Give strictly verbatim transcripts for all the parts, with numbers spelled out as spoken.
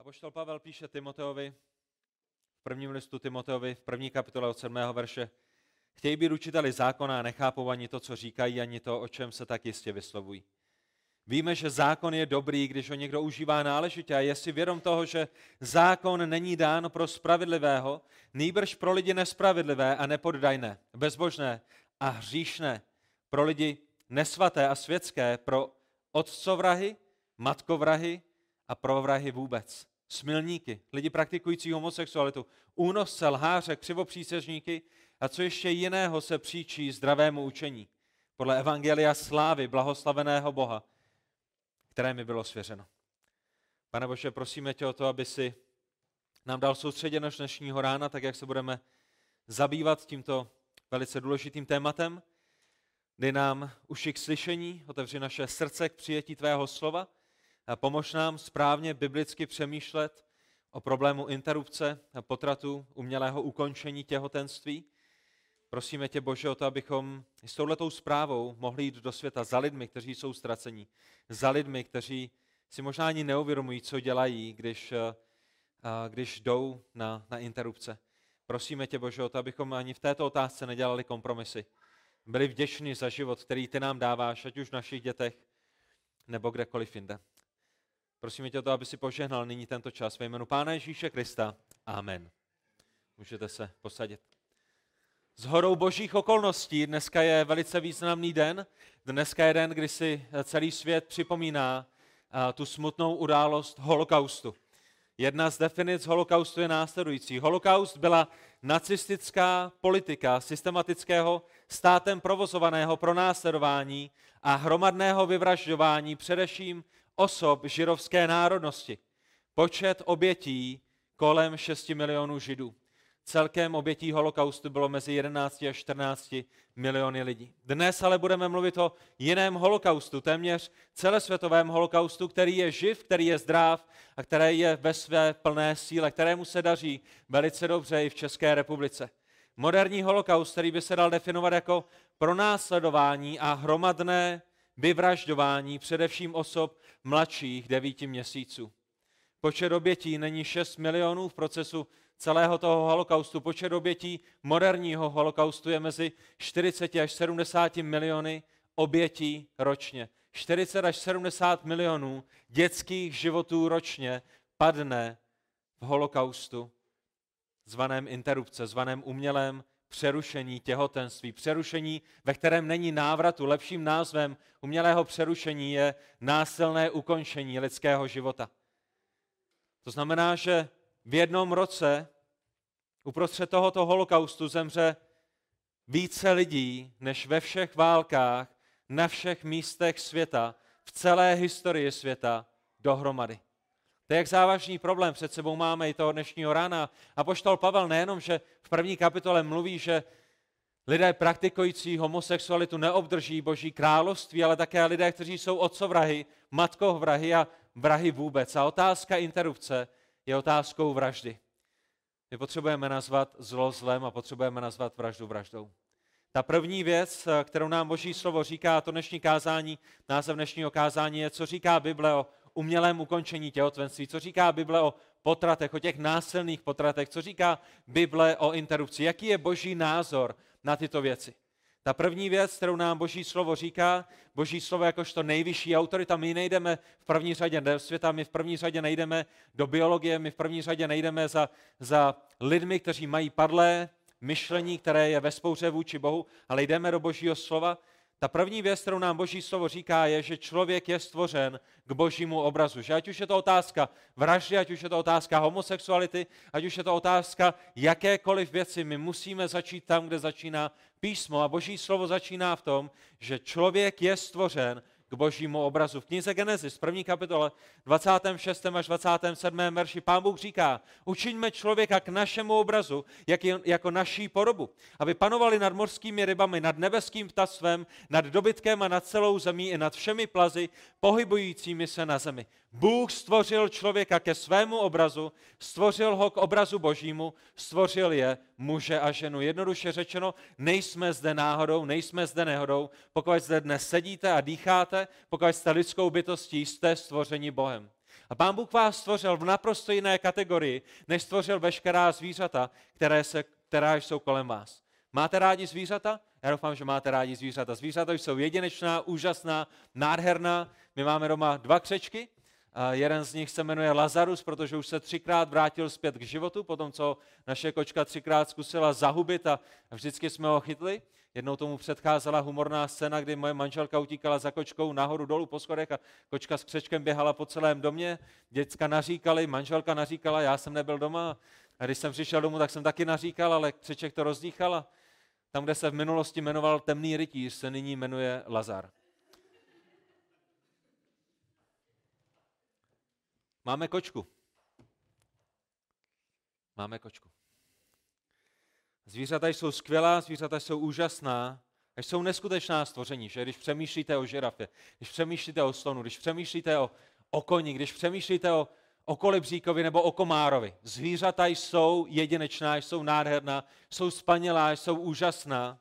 Apoštol Pavel píše Timoteovi, v prvním listu Timoteovi, v první kapitole od sedmého verše, chtějí být učiteli zákona a nechápou ani to, co říkají, ani to, o čem se tak jistě vyslovují. Víme, že zákon je dobrý, když ho někdo užívá náležitě a je si vědom toho, že zákon není dán pro spravedlivého, nýbrž pro lidi nespravedlivé a nepoddajné, bezbožné a hříšné, pro lidi nesvaté a světské, pro otcovrahy, matkovrahy a pro vrahy vůbec. Smilníky, lidi praktikující homosexualitu, únosce, lháře, křivopřísežníky a co ještě jiného se příčí zdravému učení, podle evangelia slávy blahoslaveného Boha, které mi bylo svěřeno. Pane Bože, prosíme tě o to, aby si nám dal soustředěnost dnešního rána, tak jak se budeme zabývat tímto velice důležitým tématem. Dej nám uši k slyšení, otevři naše srdce k přijetí tvého slova a pomož nám správně biblicky přemýšlet o problému interrupce a potratu, umělého ukončení těhotenství. Prosíme tě, Bože, o to, abychom s touhletou zprávou mohli jít do světa za lidmi, kteří jsou ztracení, za lidmi, kteří si možná ani neuvědomují, co dělají, když, když jdou na, na interrupce. Prosíme tě, Bože, o to, abychom ani v této otázce nedělali kompromisy. Byli vděční za život, který ty nám dáváš, ať už v našich dětech, nebo kdekoliv jinde. Prosíme tě o to, aby si požehnal nyní tento čas ve jménu Pána Ježíše Krista. Amen. Můžete se posadit. Shodou božích okolností dneska je velice významný den. Dneska je den, kdy si celý svět připomíná tu smutnou událost holokaustu. Jedna z definic holokaustu je následující. Holokaust byla nacistická politika systematického státem provozovaného pronásledování a hromadného vyvražďování především osob židovské národnosti. Počet obětí kolem šesti milionů Židů. Celkem obětí holokaustu bylo mezi jedenácti a čtrnácti miliony lidí. Dnes ale budeme mluvit o jiném holokaustu, téměř celosvětovém holokaustu, který je živ, který je zdrav a který je ve své plné síle, kterému se daří velice dobře i v České republice. Moderní holokaust, který by se dal definovat jako pronásledování a hromadné vyvražďování především osob mladších devíti měsíců. Počet obětí není šest milionů v procesu celého toho holokaustu. Počet obětí moderního holokaustu je mezi čtyřiceti až sedmdesáti miliony obětí ročně. čtyřicet až sedmdesát milionů dětských životů ročně padne v holokaustu, zvaném interrupce, zvaném umělém přerušení těhotenství. Přerušení, ve kterém není návratu. Lepším názvem umělého přerušení je násilné ukončení lidského života. To znamená, že v jednom roce uprostřed tohoto holokaustu zemře více lidí, než ve všech válkách, na všech místech světa, v celé historii světa dohromady. To je jak závažný problém před sebou máme i toho dnešního rána. Apoštol Pavel nejenom, že v první kapitole mluví, že lidé praktikující homosexualitu neobdrží Boží království, ale také lidé, kteří jsou otcovrahy, matkovrahy a vrahy vůbec. A otázka interrupce je otázkou vraždy. My potřebujeme nazvat zlo zlem a potřebujeme nazvat vraždu vraždou. Ta první věc, kterou nám Boží slovo říká, to dnešní kázání, název dnešního kázání je, co říká Bible o umělém ukončení těhotenství, co říká Bible o potratech, o těch násilných potratech, co říká Bible o interrupci, jaký je Boží názor na tyto věci. Ta první věc, kterou nám Boží slovo říká, Boží slovo jakožto nejvyšší autorita, my nejdeme v první řadě do světa, my v první řadě nejdeme do biologie, my v první řadě nejdeme za, za lidmi, kteří mají padlé myšlení, které je ve spouře vůči Bohu, ale jdeme do Božího slova. Ta první věc, kterou nám Boží slovo říká, je, že člověk je stvořen k Božímu obrazu. Že ať už je to otázka vraždy, ať už je to otázka homosexuality, ať už je to otázka jakékoliv věci, my musíme začít tam, kde začíná písmo. A Boží slovo začíná v tom, že člověk je stvořen k Božímu obrazu. V knize Genesis, první kapitole, dvacátém šestém až dvacátém sedmém verši, Pán Bůh říká, učiňme člověka k našemu obrazu, jak je, jako naší podobu, aby panovali nad mořskými rybami, nad nebeským ptactvem, nad dobytkem a nad celou zemí i nad všemi plazy, pohybujícími se na zemi. Bůh stvořil člověka ke svému obrazu, stvořil ho k obrazu Božímu, stvořil je muže a ženu. Jednoduše řečeno, nejsme zde náhodou, nejsme zde nehodou, pokud zde dnes sedíte a dýcháte, pokud jste lidskou bytostí, jste stvoření Bohem. A Pán Bůh vás stvořil v naprosto jiné kategorii, než stvořil veškerá zvířata, které se, která jsou kolem vás. Máte rádi zvířata? Já doufám, že máte rádi zvířata. Zvířata jsou jedinečná, úžasná, nádherná. My máme doma dva křečky. A jeden z nich se jmenuje Lazarus, protože už se třikrát vrátil zpět k životu, potom co naše kočka třikrát zkusila zahubit a vždycky jsme ho chytli. Jednou tomu předcházela humorná scéna, kdy moje manželka utíkala za kočkou nahoru dolů po schodech a kočka s křečkem běhala po celém domě. Děcka naříkali, manželka naříkala, já jsem nebyl doma. A když jsem přišel domů, tak jsem taky naříkal, ale křeček to rozdýchal. A tam, kde se v minulosti jmenoval Temný rytíř, se nyní jmenuje Lazar. Máme kočku. Máme kočku. Zvířata jsou skvělá, zvířata jsou úžasná, a jsou neskutečná stvoření, že když přemýšlíte o žirafě, když přemýšlíte o slonu, když přemýšlíte o, o koni, když přemýšlíte o, o kolibříkovi nebo o komárovi. Zvířata jsou jedinečná, jsou nádherná, jsou spanělá, jsou úžasná,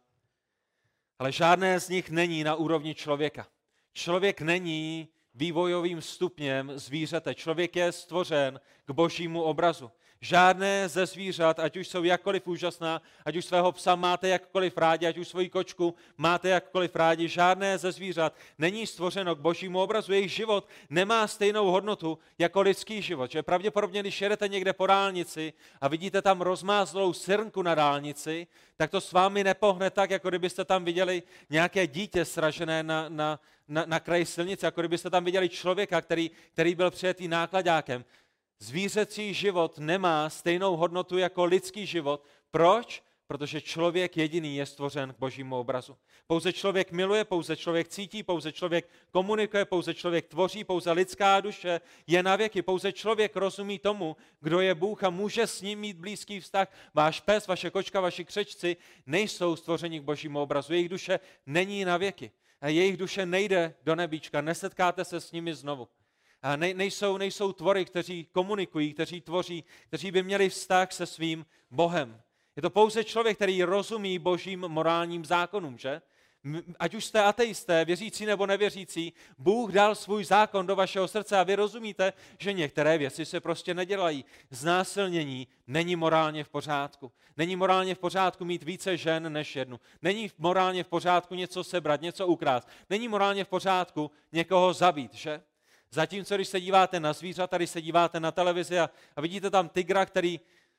ale žádné z nich není na úrovni člověka. Člověk není vývojovým stupněm zvířete. Člověk je stvořen k božímu obrazu. Žádné ze zvířat, ať už jsou jakkoliv úžasná, ať už svého psa máte jakkoliv rádi, ať už svoji kočku máte jakkoliv rádi, žádné ze zvířat není stvořeno k božímu obrazu. Jejich život nemá stejnou hodnotu jako lidský život. Že pravděpodobně, když jedete někde po dálnici a vidíte tam rozmázlou srnku na dálnici, tak to s vámi nepohne tak, jako kdybyste tam viděli nějaké dítě sražené na, na, na, na kraji silnice, jako kdybyste tam viděli člověka, který, který byl přijetý nákladákem. Zvířecí život nemá stejnou hodnotu jako lidský život. Proč? Protože člověk jediný je stvořen k božímu obrazu. Pouze člověk miluje, pouze člověk cítí, pouze člověk komunikuje, pouze člověk tvoří, pouze lidská duše je na věky. Pouze člověk rozumí tomu, kdo je Bůh a může s ním mít blízký vztah. Váš pes, vaše kočka, vaši křečci nejsou stvořeni k božímu obrazu. Jejich duše není na věky. A jejich duše nejde do nebíčka, nesetkáte se s nimi znovu. A ne, nejsou, nejsou tvory, kteří komunikují, kteří tvoří, kteří by měli vztah se svým Bohem. Je to pouze člověk, který rozumí božím morálním zákonům, že? Ať už jste ateisté, věřící nebo nevěřící, Bůh dal svůj zákon do vašeho srdce a vy rozumíte, že některé věci se prostě nedělají. Znásilnění není morálně v pořádku. Není morálně v pořádku mít více žen než jednu. Není morálně v pořádku něco sebrat, něco ukrást. Není morálně v pořádku někoho zabít, že? Zatímco, když se díváte na zvířata, když se díváte na televizi a, a vidíte tam tygra, který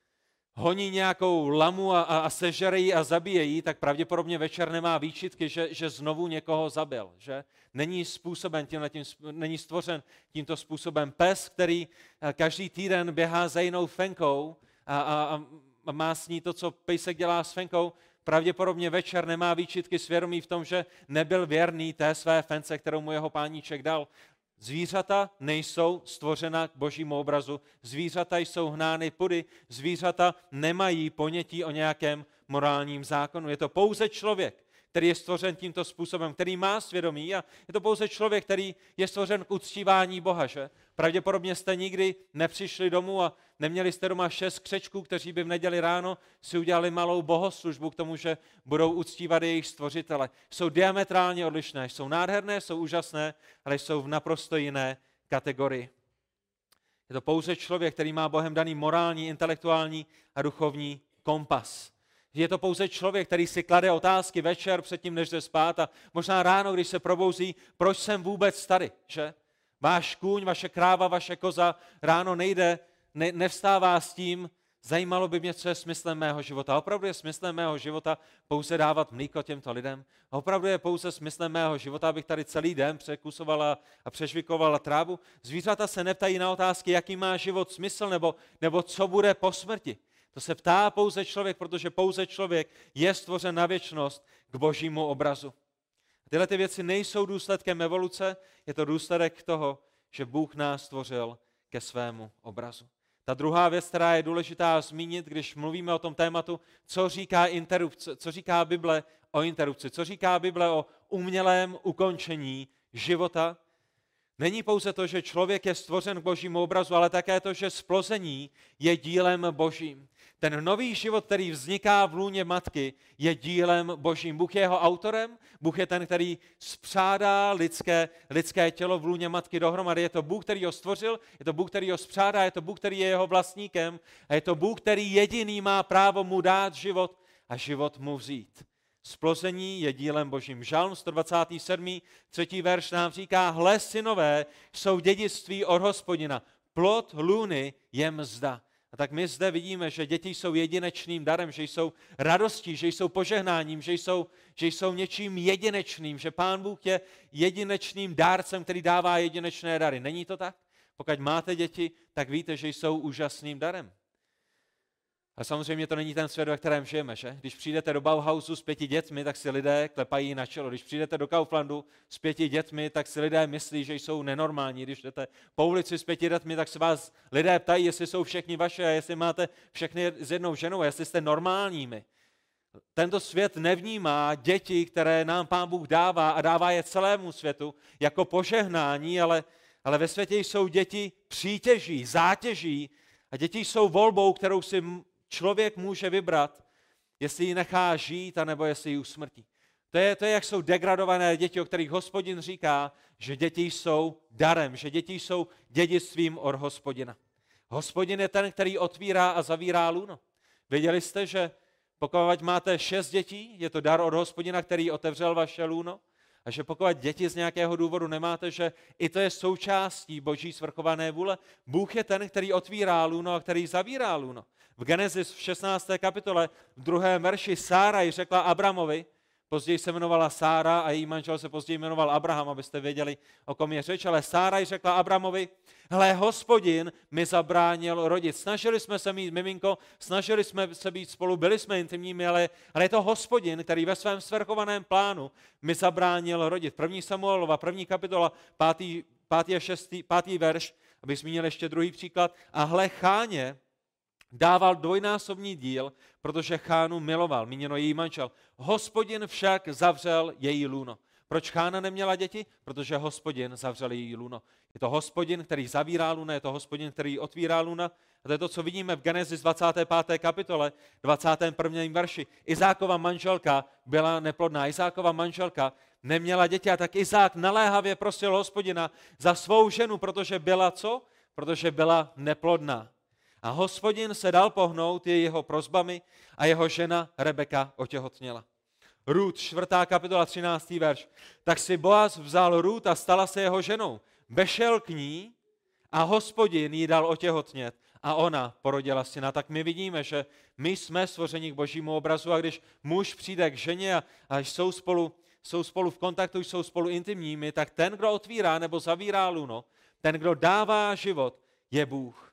honí nějakou lamu a, a, a sežere ji a zabije ji, tak pravděpodobně večer nemá výčitky, že, že znovu někoho zabil. Že? Není způsoben tímhletím, není stvořen tímto způsobem. Pes, který každý týden běhá za jinou fenkou a, a, a má s ní to, co pejsek dělá s fenkou, pravděpodobně večer nemá výčitky svědomí v tom, že nebyl věrný té své fence, kterou mu jeho páníček dal. Zvířata nejsou stvořena k božímu obrazu, zvířata jsou hnány pudy, zvířata nemají ponětí o nějakém morálním zákonu. Je to pouze člověk, který je stvořen tímto způsobem, který má svědomí a je to pouze člověk, který je stvořen k uctívání Boha. Že? Pravděpodobně jste nikdy nepřišli domů a neměli jste doma šest křečků, kteří by v neděli ráno si udělali malou bohoslužbu k tomu, že budou uctívat jejich stvořitele. Jsou diametrálně odlišné, jsou nádherné, jsou úžasné, ale jsou v naprosto jiné kategorii. Je to pouze člověk, který má Bohem daný morální, intelektuální a duchovní kompas. Je to pouze člověk, který si klade otázky večer předtím, než jde spát a možná ráno, když se probouzí, proč jsem vůbec tady, že? Váš kůň, vaše kráva, vaše koza ráno nejde, ne, nevstává s tím, zajímalo by mě, co je smyslem mého života. Opravdu je smyslem mého života pouze dávat mlíko těmto lidem? Opravdu je pouze smyslem mého života, abych tady celý den překusovala a přežvikovala trávu? Zvířata se neptají na otázky, jaký má život smysl nebo, nebo co bude po smrti. To se ptá pouze člověk, protože pouze člověk je stvořen na věčnost k božímu obrazu. A tyhle ty věci nejsou důsledkem evoluce, je to důsledek toho, že Bůh nás stvořil ke svému obrazu. Ta druhá věc, která je důležitá zmínit, když mluvíme o tom tématu, co říká interrupce, co říká Bible o interrupci, co říká Bible o umělém ukončení života, Není pouze to, že člověk je stvořen k božímu obrazu, ale také to, že splození je dílem božím. Ten nový život, který vzniká v lůně matky, je dílem božím. Bůh je jeho autorem, Bůh je ten, který spřádá lidské, lidské tělo v lůně matky dohromady. Je to Bůh, který ho stvořil, je to Bůh, který ho spřádá, je to Bůh, který je jeho vlastníkem a je to Bůh, který jediný má právo mu dát život a život mu vzít. Splození je dílem božím. Žalm sto dvacátý sedmý třetí verš nám říká, hle, synové jsou dědictví od Hospodina, plod lůny je mzda. A tak my zde vidíme, že děti jsou jedinečným darem, že jsou radostí, že jsou požehnáním, že jsou, že jsou něčím jedinečným, že Pán Bůh je jedinečným dárcem, který dává jedinečné dary. Není to tak? Pokud máte děti, tak víte, že jsou úžasným darem. A samozřejmě to není ten svět, ve kterém žijeme, že? Když přijdete do Bauhausu s pěti dětmi, tak si lidé klepají na čelo. Když přijdete do Kauflandu s pěti dětmi, tak si lidé myslí, že jsou nenormální. Když jdete po ulici s pěti dětmi, tak se vás lidé ptají, jestli jsou všechny vaše a jestli máte všechny s jednou ženou, jestli jste normálními. Tento svět nevnímá děti, které nám Pán Bůh dává a dává je celému světu jako požehnání, ale, ale ve světě jsou děti přítěží, zátěží a děti jsou volbou, kterou si člověk může vybrat, jestli ji nechá žít, anebo jestli ji usmrtí. To je, to je, jak jsou degradované děti, o kterých Hospodin říká, že děti jsou darem, že děti jsou dědictvím od Hospodina. Hospodin je ten, který otvírá a zavírá lůno. Věděli jste, že pokud máte šest dětí, je to dar od Hospodina, který otevřel vaše lůno, a že pokud děti z nějakého důvodu nemáte, že i to je součástí boží svrchované vůle. Bůh je ten, který otvírá lůno a který zavírá lůno. V Genesis v šestnácté kapitole v druhém verši Sára řekla Abramovi, později se jmenovala Sára a její manžel se později jmenoval Abraham, abyste věděli, o kom je řeč, ale Sára řekla Abramovi, hle, Hospodin mi zabránil rodit. Snažili jsme se mít miminko, snažili jsme se být spolu, byli jsme intimními, ale, ale je to Hospodin, který ve svém svrchovaném plánu mi zabránil rodit. První Samuelova, první kapitola, pátý, pátý a šestý, pátý verš, abych zmínil ještě druhý příklad. A hle, Cháně dával dvojnásobný díl, protože Chánu miloval, míněno její manžel. Hospodin však zavřel její lůno. Proč Chána neměla děti? Protože Hospodin zavřel její lůno. Je to Hospodin, který zavírá lůna, je to Hospodin, který otvírá lůna. A to je to, co vidíme v Genesis dvacáté páté kapitole, dvacátém prvním verši. Izákova manželka byla neplodná. Izákova manželka neměla děti a tak Izák naléhavě prosil Hospodina za svou ženu, protože byla co? Protože byla neplodná. A Hospodin se dal pohnout jeho prosbami a jeho žena Rebeka otěhotněla. Rút, čtvrtá kapitola, třináctý verš. Tak si Boaz vzal Rút a stala se jeho ženou. Vešel k ní a Hospodin jí dal otěhotnět a ona porodila syna. Tak my vidíme, že my jsme stvořeni k božímu obrazu a když muž přijde k ženě a, a jsou, spolu, jsou spolu v kontaktu, jsou spolu intimními, tak ten, kdo otvírá nebo zavírá lůno, ten, kdo dává život, je Bůh.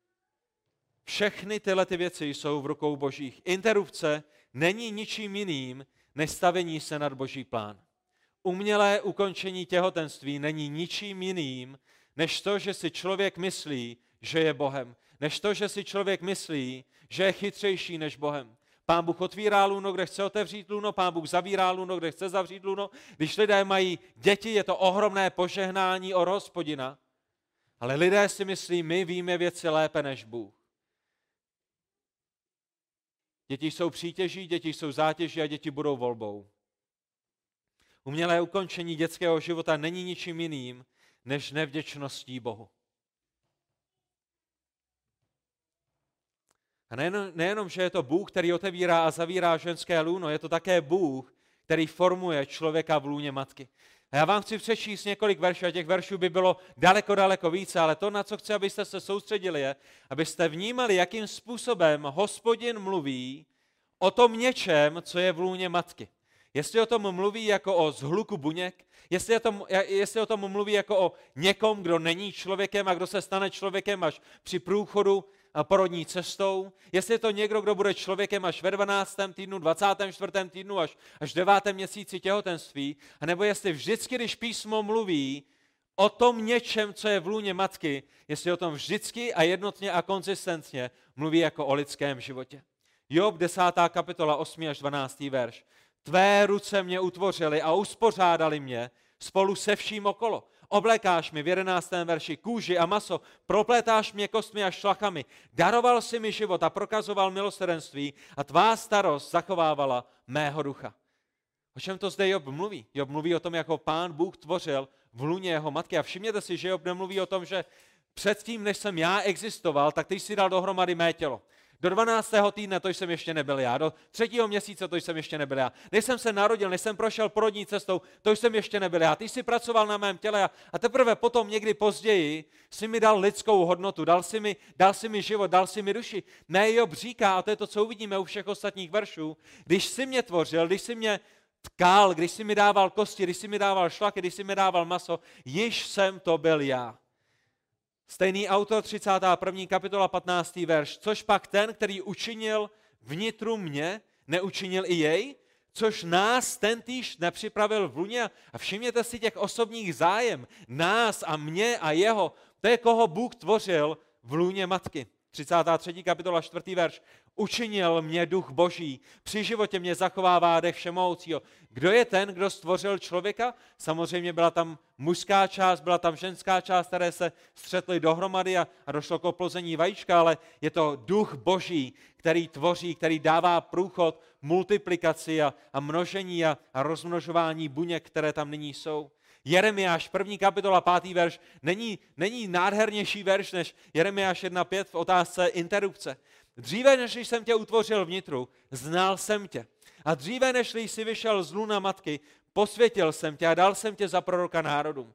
Všechny tyhle ty věci jsou v rukou božích. Interrupce není ničím jiným, než stavení se nad boží plán. Umělé ukončení těhotenství není ničím jiným, než to, že si člověk myslí, že je Bohem. Než to, že si člověk myslí, že je chytřejší než Bohem. Pán Bůh otvírá lůno, kde chce otevřít lůno, Pán Bůh zavírá lůno, kde chce zavřít lůno. Když lidé mají děti, je to ohromné požehnání od Hospodina. Ale lidé si myslí, my víme věci lépe než Bůh. Děti jsou přítěží, děti jsou zátěží a děti budou volbou. Umělé ukončení dětského života není ničím jiným, než nevděčností Bohu. A nejenom, nejenom, že je to Bůh, který otevírá a zavírá ženské lůno, je to také Bůh, který formuje člověka v lůně matky. A já vám chci přečíst několik veršů, a těch veršů by bylo daleko, daleko více, ale to, na co chci, abyste se soustředili, je, abyste vnímali, jakým způsobem Hospodin mluví o tom něčem, co je v lůně matky. Jestli o tom mluví jako o zhluku buněk, jestli o tom, jestli o tom mluví jako o někom, kdo není člověkem a kdo se stane člověkem až při průchodu porodní cestou, jestli je to někdo, kdo bude člověkem až ve dvanáctém týdnu, dvacátém čtvrtém týdnu, až, až devátém měsíci těhotenství, anebo jestli vždycky, když písmo mluví o tom něčem, co je v lůně matky, jestli o tom vždycky a jednotně a konzistentně mluví jako o lidském životě. Job, desátá kapitola, osmý až dvanáctý verš. Tvé ruce mě utvořily a uspořádali mě spolu se vším okolo. Oblékáš mi v jedenáctém verši kůži a maso, proplétáš mě kostmi a šlachami. Daroval si mi život a prokazoval milosrdenství a tvá starost zachovávala mého ducha. O čem to zde Job mluví? Job mluví o tom, jak ho Pán Bůh tvořil v lůně jeho matky. A všimněte si, že Job nemluví o tom, že předtím, než jsem já existoval, tak ty jsi dal dohromady mé tělo. Do dvanáctého týdne to jsem ještě nebyl já, do třetího měsíce to jsem ještě nebyl já. Než jsem se narodil, než jsem prošel porodní cestou, to jsem ještě nebyl já. Ty jsi pracoval na mém těle a teprve potom někdy později jsi mi dal lidskou hodnotu, dal jsi mi, dal jsi mi život, dal jsi mi duši. Ne, Job říká, a to je to, co uvidíme u všech ostatních veršů, když jsi mě tvořil, když jsi mě tkal, když jsi mi dával kosti, když jsi mi dával šlachy, když jsi mi dával maso, již jsem to byl já. Stejný autor, třicátá první kapitola, patnáctý verš. Což pak ten, který učinil vnitru mě, neučinil i jej? Což nás tentýž nepřipravil v luně? A všimněte si těch osobních zájem. Nás a mě a jeho. To je, koho Bůh tvořil v lůně matky. třicátá třetí kapitola, čtvrtý verš. Učinil mě duch boží, při životě mě zachovává dech všemohoucího. Kdo je ten, kdo stvořil člověka? Samozřejmě byla tam mužská část, byla tam ženská část, které se střetly dohromady a, a došlo k oplození vajíčka, ale je to duch boží, který tvoří, který dává průchod multiplikaci a, a množení a, a rozmnožování buněk, které tam nyní jsou. Jeremiáš, první kapitola, pátý verš, není, není nádhernější verš než Jeremiáš jedna pět v otázce interrupce. Dříve, než jsem tě utvořil vnitru, znal jsem tě. A dříve, než jsi vyšel z lůna matky, posvětil jsem tě a dal jsem tě za proroka národům.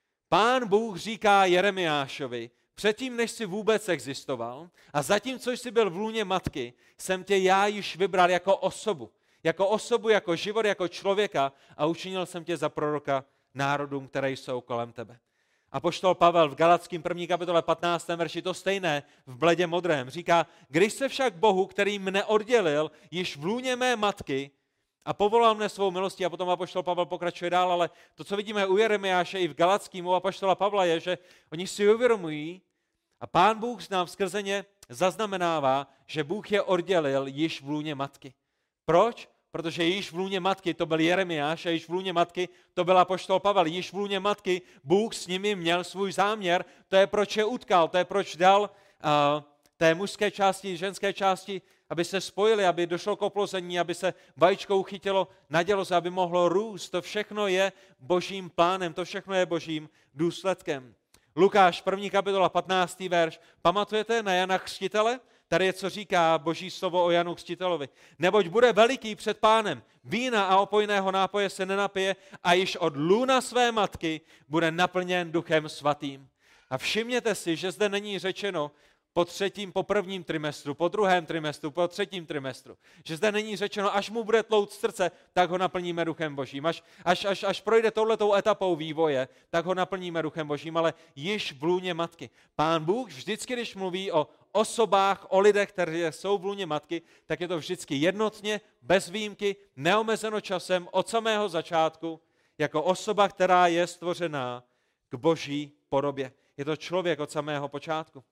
Pán Bůh říká Jeremiášovi, předtím, než jsi vůbec existoval a zatímco jsi byl v lůně matky, jsem tě já již vybral jako osobu. Jako osobu, jako život, jako člověka a učinil jsem tě za proroka národům, které jsou kolem tebe. Apoštol Pavel v Galackým první kapitole patnáctém verši to stejné v bledě modrém. Říká, když se však Bohu, který mne oddělil již v lůně mé matky a povolal mne svou milostí, a potom apoštol Pavel pokračuje dál, ale to, co vidíme u Jeremiáše i v Galackým u apoštola Pavla je, že oni si uvědomují a Pán Bůh nám skrze ně zaznamenává, že Bůh je oddělil již v lůně matky. Proč? Protože již v lůně matky to byl Jeremiáš a již v lůně matky to byl apoštol Pavel. Již v lůně matky Bůh s nimi měl svůj záměr, to je proč je utkal, to je proč dal uh, té mužské části, ženské části, aby se spojili, aby došlo k oplození, aby se vajíčko uchytilo na děloze, aby mohlo růst. To všechno je božím plánem, to všechno je božím důsledkem. Lukáš, první kapitola, patnáctý verš. Pamatujete na Jana Křtitele? Tady je, co říká boží slovo o Janu Křtitelovi. Neboť bude veliký před Pánem, vína a opojného nápoje se nenapije a již od lůna své matky bude naplněn duchem svatým. A všimněte si, že zde není řečeno po třetím, po prvním trimestru, po druhém trimestru, po třetím trimestru. Že zde není řečeno, až mu bude tlout srdce, tak ho naplníme duchem božím. Až, až, až, až projde touhletou etapou vývoje, tak ho naplníme duchem božím, ale již v lůně matky. Pán Bůh vždycky, když mluví o osobách, o lidech, kteří jsou v lůně matky, tak je to vždycky jednotně, bez výjimky, neomezeno časem, od samého začátku, jako osoba, která je stvořená k boží podobě. Je to člověk od samého počátku.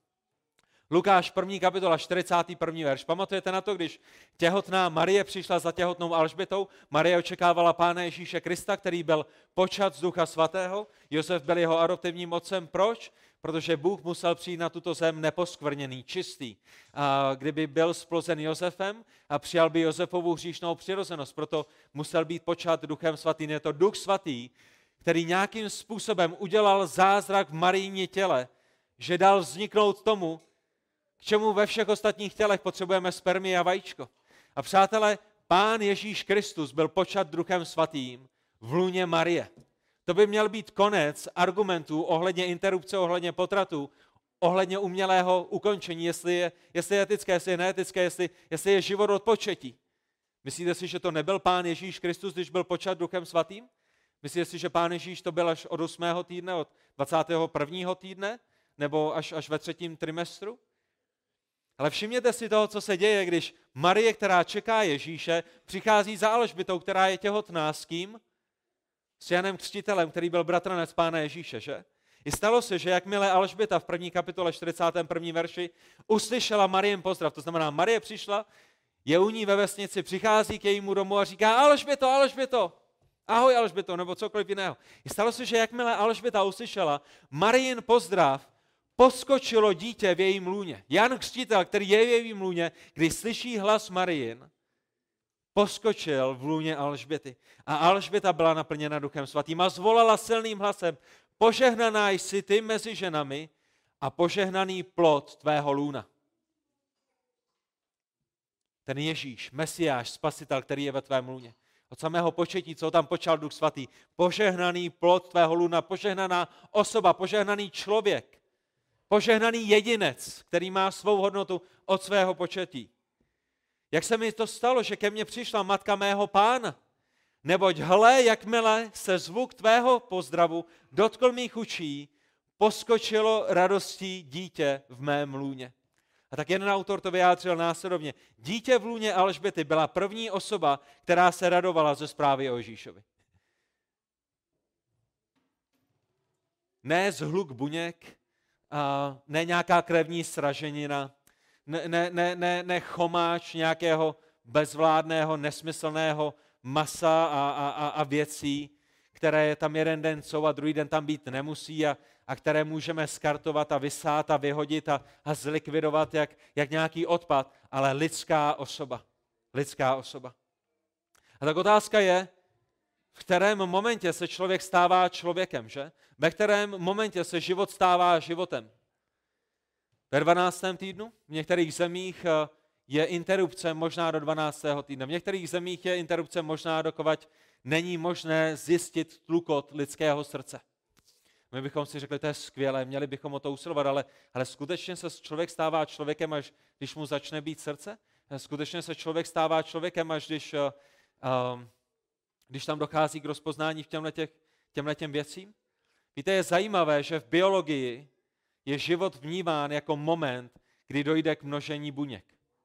Lukáš, první kapitola, čtyřicátý první verš. Pamatujete na to, když těhotná Marie přišla za těhotnou Alžbětou? Marie očekávala Pána Ježíše Krista, který byl počat z Ducha Svatého. Josef byl jeho adoptivním otcem. Proč? Protože Bůh musel přijít na tuto zem neposkvrněný, čistý. A kdyby byl splozen Josefem a přijal by Josefovu hříšnou přirozenost, proto musel být počat Duchem Svatým. Je to Duch Svatý, který nějakým způsobem udělal zázrak v Marijně těle, že dal vzniknout tomu, k čemu ve všech ostatních tělech potřebujeme spermie a vajíčko. A přátelé, Pán Ježíš Kristus byl počat Duchem Svatým v lůně Marie. To by měl být konec argumentů ohledně interrupce, ohledně potratu, ohledně umělého ukončení, jestli je, jestli je etické, jestli je neetické, jestli, jestli je život od početí. Myslíte si, že to nebyl Pán Ježíš Kristus, když byl počat Duchem Svatým? Myslíte si, že Pán Ježíš to byl až od osmého týdne, od dvacátého prvního týdne, nebo až, až ve třetím trimestru? Ale všimněte si toho, co se děje, když Marie, která čeká Ježíše, přichází za Alžbětou, která je těhotná s kým? S Janem Křtitelem, který byl bratranec Pána Ježíše, že? I stalo se, že jakmile Alžběta v první kapitole čtyřicátém prvním verši uslyšela Marien pozdrav, to znamená, Marie přišla, je u ní ve vesnici, přichází k jejímu domu a říká, Alžběto, Alžběto, Ahoj Alžběto, nebo cokoliv jiného. I stalo se, že jakmile Alžběta uslyšela Marijin pozdrav, poskočilo dítě v jejím lůně. Jan Křtitel, který je v jejím lůně, když slyší hlas Marijin, poskočil v lůně Alžběty. A Alžběta byla naplněna Duchem Svatým a zvolala silným hlasem: požehnaná jsi ty mezi ženami a požehnaný plod tvého lůna. Ten Ježíš, Mesiáš, Spasitel, který je ve tvém lůně. Od samého početí, co tam počal Duch Svatý, požehnaný plod tvého lůna, požehnaná osoba, požehnaný člověk, požehnaný jedinec, který má svou hodnotu od svého početí. Jak se mi to stalo, že ke mně přišla matka mého Pána? Neboť hle, jakmile se zvuk tvého pozdravu dotkl mých učí, poskočilo radostí dítě v mém lůně. A tak jeden autor to vyjádřil následovně. Dítě v lůně Alžběty byla první osoba, která se radovala ze zprávy o Ježíšovi. Ne zhluk buněk, ne nějaká krevní sraženina, ne, ne, ne, ne, ne chomáč nějakého bezvládného, nesmyslného masa a, a, a věcí, které tam jeden den jsou a druhý den tam být nemusí a, a které můžeme skartovat a vysát a vyhodit a, a zlikvidovat jak, jak nějaký odpad, ale lidská osoba. Lidská osoba. A tak otázka je, v kterém momentě se člověk stává člověkem, že? Ve kterém momentě se život stává životem. Ve dvanáctém týdnu? V některých zemích je interrupce možná do dvanáctého týdne. V některých zemích je interrupce možná dokud není možné zjistit tlukot lidského srdce. My bychom si řekli, to je skvělé, měli bychom o to usilovat, ale, ale skutečně se člověk stává člověkem, až když mu začne být srdce? Skutečně se člověk stává člověkem, až když, uh, když tam dochází k rozpoznání v těmhletěm věcím? Víte, je zajímavé, že v biologii je život vnímán jako moment, kdy dojde k množení buněk.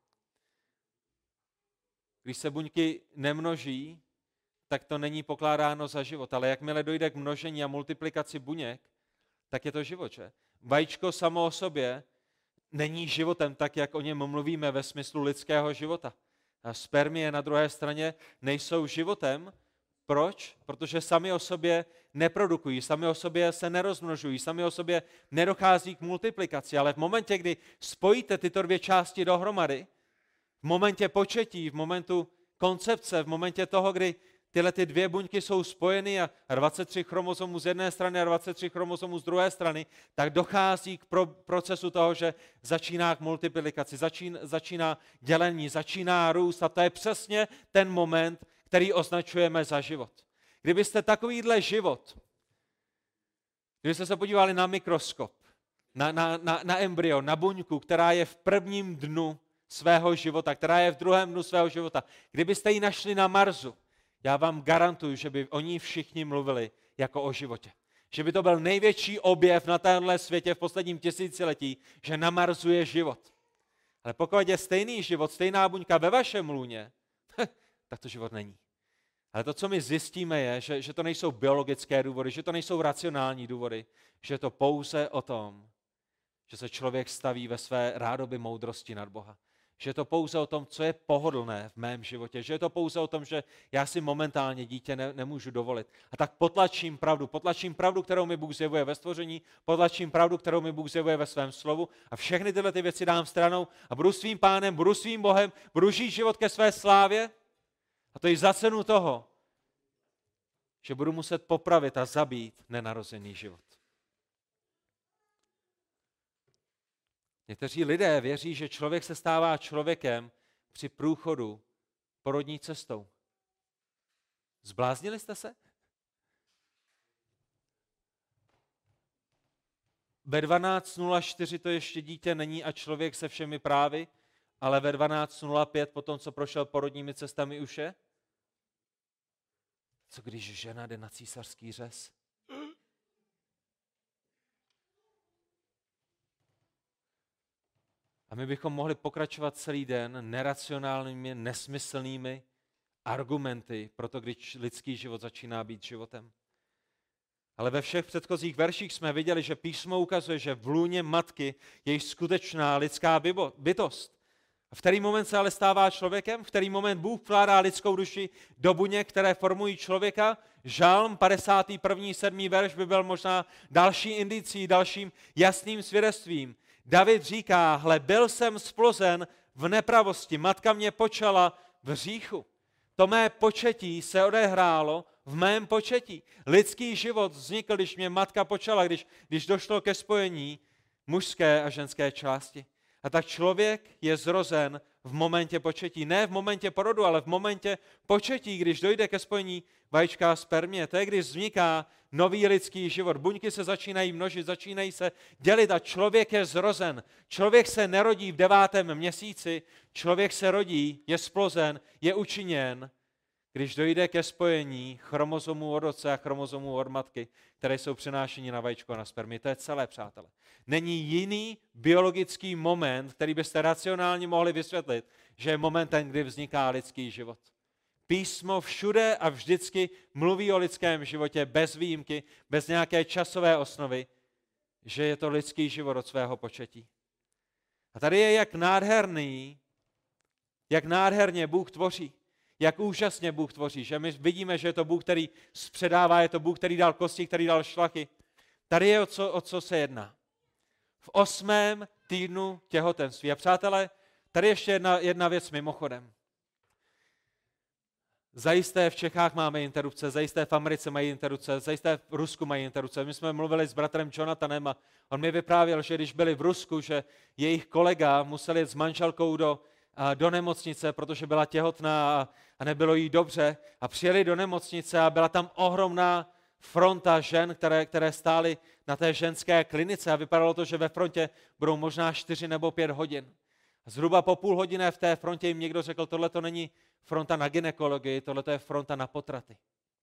Když se buňky nemnoží, tak to není pokládáno za život. Ale jakmile dojde k množení a multiplikaci buněk, tak je to život, že? Vajíčko samo o sobě není životem tak, jak o něm mluvíme ve smyslu lidského života. A spermie na druhé straně nejsou životem. Proč? Protože sami o sobě neprodukují, sami o sobě se nerozmnožují, sami o sobě nedochází k multiplikaci, ale v momentě, kdy spojíte tyto dvě části dohromady, v momentě početí, v momentu koncepce, v momentě toho, kdy tyhle ty dvě buňky jsou spojeny a dvacet tři chromozomů z jedné strany a dvacet tři chromozomů z druhé strany, tak dochází k pro, procesu toho, že začíná k multiplikaci, začín, začíná dělení, začíná růst a to je přesně ten moment, který označujeme za život. Kdybyste takovýhle život, kdybyste se podívali na mikroskop, na, na, na, na embryo, na buňku, která je v prvním dnu svého života, která je v druhém dnu svého života, kdybyste ji našli na Marsu, já vám garantuju, že by o ní všichni mluvili jako o životě. Že by to byl největší objev na téhle světě v posledním tisíciletí, že na Marsu je život. Ale pokud je stejný život, stejná buňka ve vašem lůně, tak to život není. Ale to, co my zjistíme, je, že, že to nejsou biologické důvody, že to nejsou racionální důvody, že je to pouze o tom, že se člověk staví ve své rádoby moudrosti nad Boha. Že je to pouze o tom, co je pohodlné v mém životě. Že je to pouze o tom, že já si momentálně dítě ne, nemůžu dovolit. A tak potlačím pravdu. Potlačím pravdu, kterou mi Bůh zjevuje ve stvoření, potlačím pravdu, kterou mi Bůh zjevuje ve svém slovu a všechny tyhle ty věci dám stranou a budu svým pánem, budu svým Bohem, budu žít život ke své slávě. A to i za cenu toho, že budu muset popravit a zabít nenarozený život. Někteří lidé věří, že člověk se stává člověkem při průchodu porodní cestou. Zbláznili jste se? Ve dvanáct nula čtyři to ještě dítě není a člověk se všemi právy, ale ve dvanáct nula pět po tom, co prošel porodními cestami, už je? Co když žena jde na císařský řez? A my bychom mohli pokračovat celý den neracionálními, nesmyslnými argumenty pro to, když lidský život začíná být životem. Ale ve všech předchozích verších jsme viděli, že písmo ukazuje, že v lůně matky je již skutečná lidská bytost. V který moment se ale stává člověkem? V který moment Bůh vkládá lidskou duši do buněk, které formují člověka? Žalm padesátý první sedmý verš by byl možná další indicí, dalším jasným svědectvím. David říká, hle, byl jsem splozen v nepravosti, matka mě počala v hříchu. To mé početí se odehrálo v mém početí. Lidský život vznikl, když mě matka počala, když, když došlo ke spojení mužské a ženské části. A tak člověk je zrozen v momentě početí. Ne v momentě porodu, ale v momentě početí, když dojde ke spojení vajíčka a spermie. To je, když vzniká nový lidský život. Buňky se začínají množit, začínají se dělit a člověk je zrozen. Člověk se nerodí v devátém měsíci, člověk se rodí, je splozen, je učiněn, když dojde ke spojení chromozomů od otce a chromozomů od matky, které jsou přenášeni na vajíčko a na spermii. To je celé, přátelé. Není jiný biologický moment, který byste racionálně mohli vysvětlit, že je momentem, kdy vzniká lidský život. Písmo všude a vždycky mluví o lidském životě bez výjimky, bez nějaké časové osnovy, že je to lidský život od svého početí. A tady je jak nádherný, jak nádherně Bůh tvoří. Jak úžasně Bůh tvoří, že my vidíme, že je to Bůh, který zpředává, je to Bůh, který dal kosti, který dal šlachy. Tady je o co, o co se jedná. V osmém týdnu těhotenství. A přátelé, tady ještě jedna, jedna věc mimochodem. Zajisté v Čechách máme interrupce, zajisté v Americe mají interrupce, zajisté v Rusku mají interrupce. My jsme mluvili s bratrem Jonathanem a on mi vyprávěl, že když byli v Rusku, že jejich kolega musel jít s manželkou do do nemocnice, protože byla těhotná a nebylo jí dobře a přijeli do nemocnice a byla tam ohromná fronta žen, které, které stály na té ženské klinice a vypadalo to, že ve frontě budou možná čtyři nebo pět hodin. Zhruba po půl hodině v té frontě jim někdo řekl, tohle to není fronta na gynekologii, tohle to je fronta na potraty.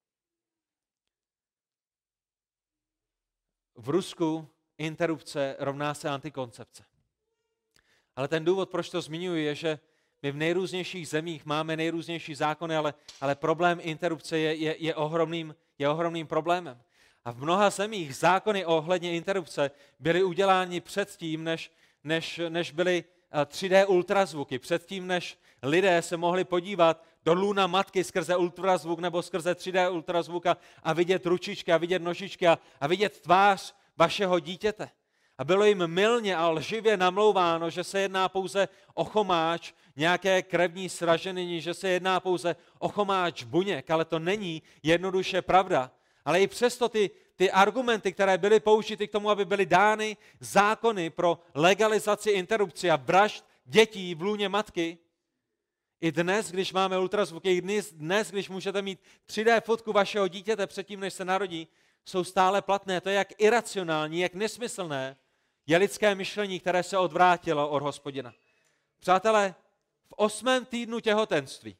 V Rusku interrupce rovná se antikoncepce. Ale ten důvod, proč to zmiňuji, je, že my v nejrůznějších zemích máme nejrůznější zákony, ale, ale problém interrupce je, je, je, ohromným, je ohromným problémem. A v mnoha zemích zákony ohledně interrupce byly udělány předtím, než, než, než byly tři dé ultrazvuky, předtím, než lidé se mohli podívat do lůna matky skrze ultrazvuk nebo skrze tři dé ultrazvuk a, a vidět ručičky a vidět nožičky a, a vidět tvář vašeho dítěte. A bylo jim mylně a lživě namlouváno, že se jedná pouze o chomáč nějaké krevní sraženiny, že se jedná pouze o chomáč buněk, ale to není jednoduše pravda. Ale i přesto ty, ty argumenty, které byly použity k tomu, aby byly dány zákony pro legalizaci interrupcí a vražd dětí v lůně matky, i dnes, když máme ultrazvuky, i dnes, dnes, když můžete mít tři dé fotku vašeho dítěte předtím, než se narodí, jsou stále platné. To je jak iracionální, jak nesmyslné je lidské myšlení, které se odvrátilo od Hospodina. Přátelé, v osmém týdnu těhotenství,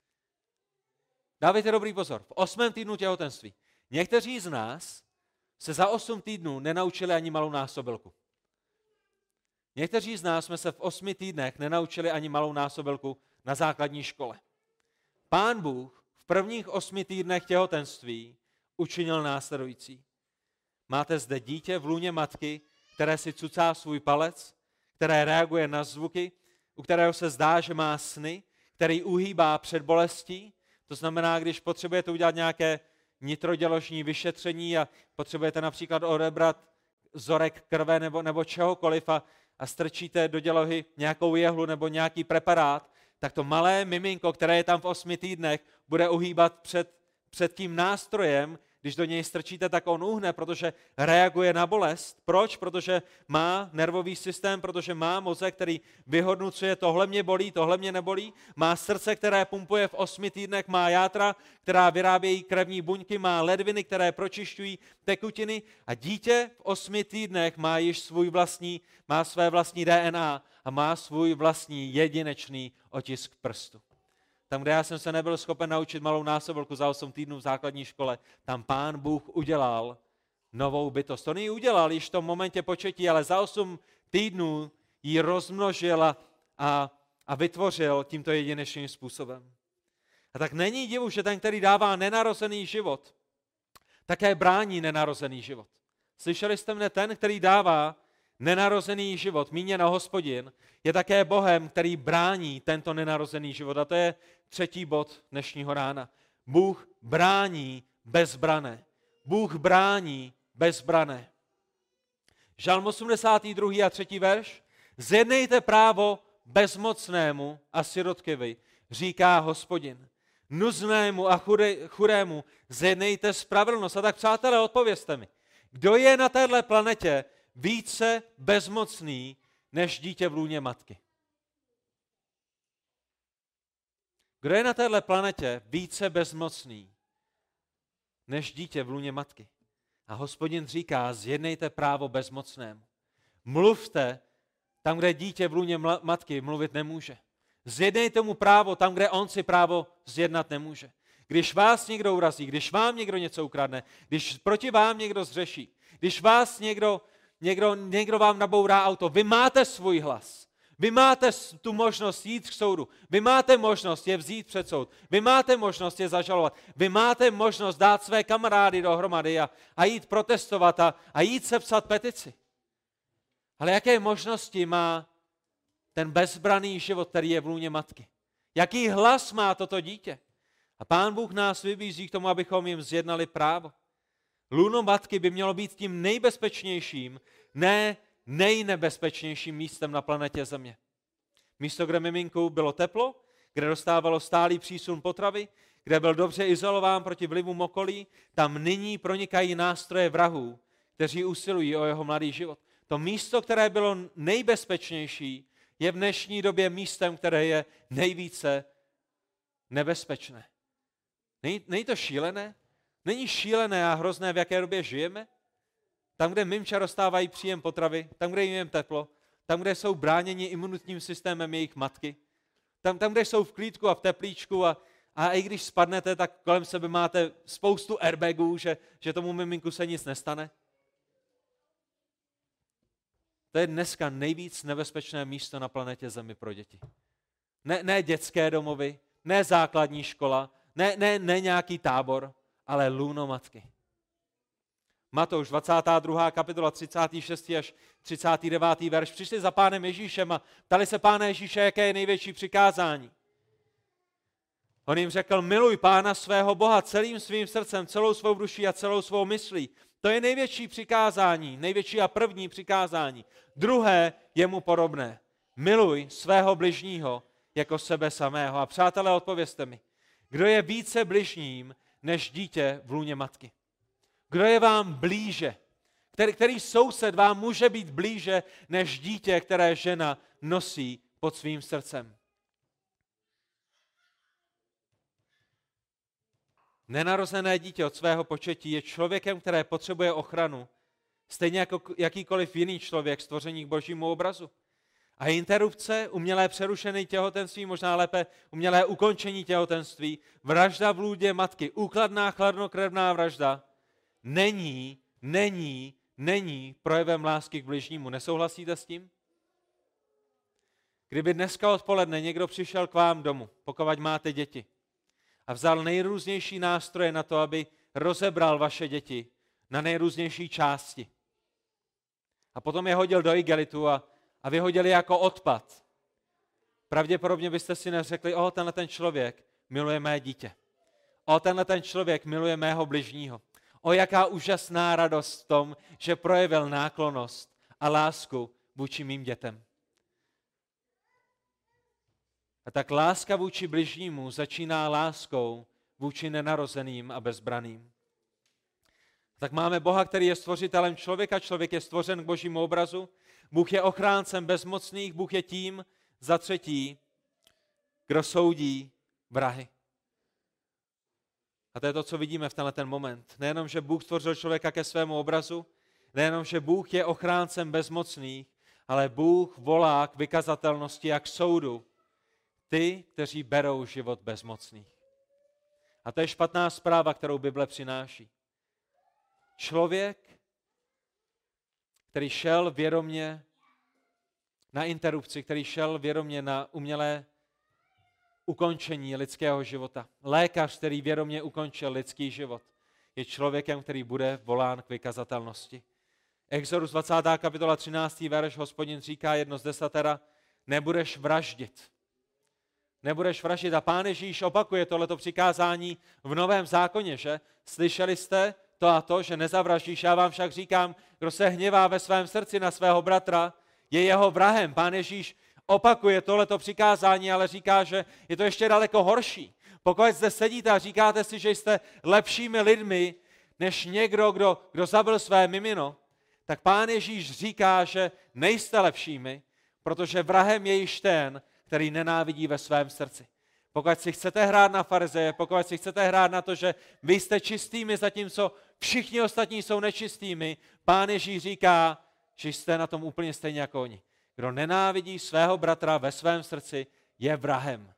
dávejte dobrý pozor, v osmém týdnu těhotenství, někteří z nás se za osm týdnů nenaučili ani malou násobilku. Někteří z nás jsme se v osmi týdnech nenaučili ani malou násobilku na základní škole. Pán Bůh v prvních osmi týdnech těhotenství učinil následující. Máte zde dítě v lůně matky, které si cucá svůj palec, které reaguje na zvuky, u kterého se zdá, že má sny, který uhýbá před bolestí. To znamená, když potřebujete udělat nějaké nitroděložní vyšetření a potřebujete například odebrat vzorek krve nebo, nebo čehokoliv a, a strčíte do dělohy nějakou jehlu nebo nějaký preparát, tak to malé miminko, které je tam v osmi týdnech, bude uhýbat před, před tím nástrojem. Když do něj strčíte, tak on uhne, protože reaguje na bolest. Proč? Protože má nervový systém, protože má mozek, který vyhodnocuje, tohle mě bolí, tohle mě nebolí. Má srdce, které pumpuje v osmi týdnech, má játra, která vyrábějí krevní buňky, má ledviny, které pročišťují tekutiny a dítě v osmi týdnech má již svůj vlastní, má své vlastní D N A a má svůj vlastní jedinečný otisk prstu. Tam, kde já jsem se nebyl schopen naučit malou násobilku za osm týdnů v základní škole, tam Pán Bůh udělal novou bytost. On ji udělal již v tom momentě početí, ale za osm týdnů ji rozmnožil a, a, a vytvořil tímto jedinečným způsobem. A tak není divu, že ten, který dává nenarozený život, také brání nenarozený život. Slyšeli jste mne, ten, který dává Nenarozený život, míněno Hospodin, je také Bohem, který brání tento nenarozený život. A to je třetí bod dnešního rána. Bůh brání bezbrané. Bůh brání bezbrané. Žalm osmdesátý druhý a třetí verš. Zjednejte právo bezmocnému a sirotkovi, říká Hospodin. Nuznému a chudému zjednejte spravedlnost. A tak, přátelé, odpovězte mi, kdo je na téhle planetě více bezmocný než dítě v lůně matky? Kdo je na téhle planetě více bezmocný než dítě v lůně matky? A Hospodin říká, zjednejte právo bezmocnému. Mluvte tam, kde dítě v lůně matky mluvit nemůže. Zjednejte mu právo tam, kde on si právo zjednat nemůže. Když vás někdo urazí, když vám někdo něco ukradne, když proti vám někdo zřeší, když vás někdo, někdo, někdo vám nabourá auto, vy máte svůj hlas. Vy máte tu možnost jít k soudu. Vy máte možnost je vzít před soud. Vy máte možnost je zažalovat. Vy máte možnost dát své kamarády dohromady a, a jít protestovat a, a jít sepsat petici. Ale jaké možnosti má ten bezbraný život, který je v lůně matky? Jaký hlas má toto dítě? A Pán Bůh nás vybízí k tomu, abychom jim zjednali právo. Lůno matky by mělo být tím nejbezpečnějším, ne nejnebezpečnějším místem na planetě Země. Místo, kde miminku bylo teplo, kde dostávalo stálý přísun potravy, kde byl dobře izolován proti vlivům okolí, tam nyní pronikají nástroje vrahů, kteří usilují o jeho mladý život. To místo, které bylo nejbezpečnější, je v dnešní době místem, které je nejvíce nebezpečné. Není, není to šílené? Není šílené a hrozné, v jaké době žijeme? Tam, kde mimča dostávají příjem potravy, tam, kde jim je teplo, tam, kde jsou bráněni imunitním systémem jejich matky, tam, tam kde jsou v klídku a v teplíčku a, a i když spadnete, tak kolem sebe máte spoustu airbagů, že, že tomu miminku se nic nestane. To je dneska nejvíc nebezpečné místo na planetě Zemi pro děti. Ne, ne dětské domovy, ne základní škola, ne, ne, ne nějaký tábor, ale lůno matky. Matouš, dvacátá druhá kapitola, třicátý šestý až třicátý devátý verš. Přišli za Pánem Ježíšem a ptali se Pána Ježíše, jaké je největší přikázání. On jim řekl, miluj Pána svého Boha celým svým srdcem, celou svou duší a celou svou myslí. To je největší přikázání, největší a první přikázání. Druhé je mu podobné. Miluj svého bližního jako sebe samého. A přátelé, odpovězte mi, kdo je více bližním než dítě v lůně matky? Kdo je vám blíže? Který, který soused vám může být blíže než dítě, které žena nosí pod svým srdcem? Nenarozené dítě od svého početí je člověkem, které potřebuje ochranu, stejně jako jakýkoliv jiný člověk stvoření k božímu obrazu. A interrupce, umělé přerušené těhotenství, možná lépe umělé ukončení těhotenství, vražda v lůně matky, úkladná chladnokrevná vražda, není, není, není projevem lásky k bližnímu. Nesouhlasíte s tím? Kdyby dneska odpoledne někdo přišel k vám domů, pokud máte děti, a vzal nejrůznější nástroje na to, aby rozebral vaše děti na nejrůznější části. A potom je hodil do igelitu a, a vyhodili jako odpad. Pravděpodobně byste si neřekli, o, tenhle ten člověk miluje mé dítě. O, tenhle ten člověk miluje mého bližního. O, jaká úžasná radost v tom, že projevil náklonnost a lásku vůči mým dětem. A tak láska vůči bližnímu začíná láskou vůči nenarozeným a bezbraným. Tak máme Boha, který je stvořitelem člověka, člověk je stvořen k božímu obrazu, Bůh je ochráncem bezmocných, Bůh je tím, za třetí, kdo soudí vrahy. A to je to, co vidíme v tenhle ten moment. Nejenom, že Bůh stvořil člověka ke svému obrazu, nejenom, že Bůh je ochráncem bezmocných, ale Bůh volá k vykazatelnosti a k soudu ty, kteří berou život bezmocných. A to je špatná zpráva, kterou Bible přináší. Člověk, který šel vědomě na interrupci, který šel vědomě na umělé ukončení lidského života. Lékař, který vědomě ukončil lidský život, je člověkem, který bude volán k vykazatelnosti. Exodus dvacátá kapitola třináctý verš, Hospodin říká jedno z desatera, nebudeš vraždit. Nebudeš vraždit. A Pán Ježíš opakuje tohleto přikázání v Novém zákoně, že? Slyšeli jste to a to, že nezavraždíš. Já vám však říkám, kdo se hněvá ve svém srdci na svého bratra, je jeho vrahem. Pán Ježíš opakuje tohleto přikázání, ale říká, že je to ještě daleko horší. Pokud zde sedíte a říkáte si, že jste lepšími lidmi, než někdo, kdo, kdo zabil své mimino, tak Pán Ježíš říká, že nejste lepšími, protože vrahem je již ten, který nenávidí ve svém srdci. Pokud si chcete hrát na farizeje, pokud si chcete hrát na to, že vy jste čistými, zatímco všichni ostatní jsou nečistými, Pán Ježíš říká, že jste na tom úplně stejně jako oni. Kdo nenávidí svého bratra ve svém srdci, je vrahem.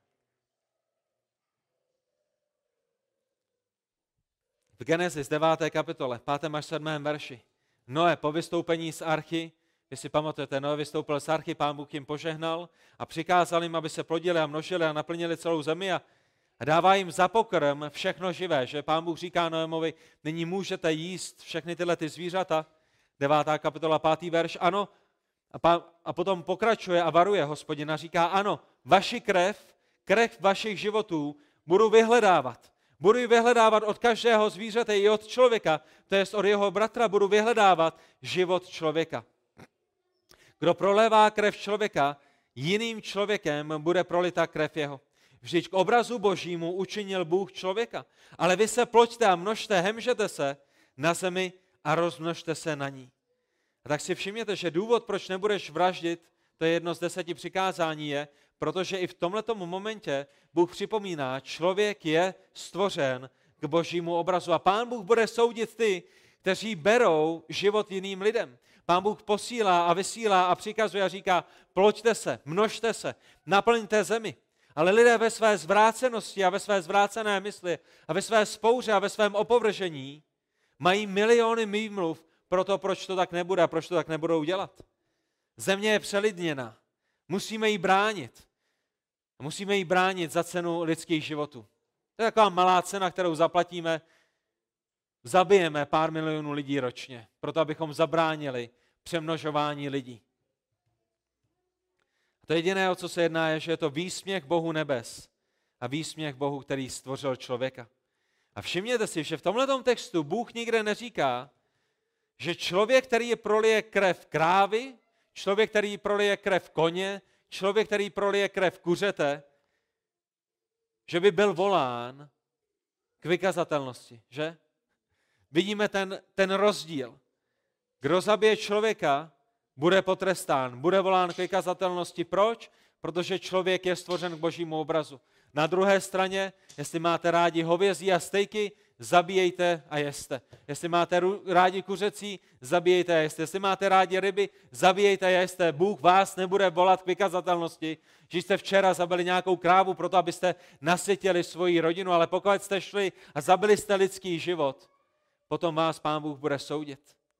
V Genesis deváté kapitole, pátém až sedmém verši, Noé po vystoupení z archy, vy si pamatujete, Noé vystoupil z archy, Pán Bůh jim požehnal a přikázal jim, aby se plodili a množili a naplnili celou zemi a, a dává jim za pokrm všechno živé, že Pán Bůh říká Noémovi, nyní můžete jíst všechny tyhle ty zvířata, devátá kapitola, pátý verš, ano, a, pán, a potom pokračuje a varuje Hospodin a říká, ano, vaši krev, krev vašich životů budu vyhledávat. Budu ji vyhledávat od každého zvířete i od člověka, to jest od jeho bratra, budu vyhledávat život člověka. Kdo prolévá krev člověka, jiným člověkem bude prolita krev jeho. Vždyť k obrazu Božímu učinil Bůh člověka. Ale vy se ploďte a množte, hemžete se na zemi a rozmnožte se na ní. A tak si všimněte, že důvod, proč nebudeš vraždit, to je jedno z deseti přikázání, je, protože i v tomhletom momentě Bůh připomíná, člověk je stvořen k Božímu obrazu. A Pán Bůh bude soudit ty, kteří berou život jiným lidem. Pán Bůh posílá a vysílá a přikazuje a říká, ploďte se, množte se, naplňte zemi. Ale lidé ve své zvrácenosti a ve své zvrácené mysli a ve své spouře a ve svém opovržení mají miliony výmluv pro to, proč to tak nebude a proč to tak nebudou dělat. Země je přelidněna. Musíme ji bránit. Musíme ji bránit za cenu lidských životů. To je taková malá cena, kterou zaplatíme. Zabijeme pár milionů lidí ročně, proto abychom zabránili přemnožování lidí. A to jediné, o co se jedná, je, že je to výsměch Bohu nebes a výsměch Bohu, který stvořil člověka. A všimněte si, že v tomhletom textu Bůh nikde neříká, že člověk, který prolije krev krávy, člověk, který prolije krev koně, člověk, který prolije krev kuřete, že by byl volán k vykazatelnosti, že? Vidíme ten, ten rozdíl. Kdo zabije člověka, bude potrestán, bude volán k vykazatelnosti. Proč? Protože člověk je stvořen k Božímu obrazu. Na druhé straně, jestli máte rádi hovězí a stejky, zabíjejte a jeste. Jestli máte rádi kuřecí, zabíjejte a jeste. Jestli máte rádi ryby, zabíjejte a jeste. Bůh vás nebude volat k vykazatelnosti, že jste včera zabili nějakou krávu proto, abyste nasytili svoji rodinu, ale pokud jste šli a zabili jste lidský život, potom vás Pán Bůh bude soudit.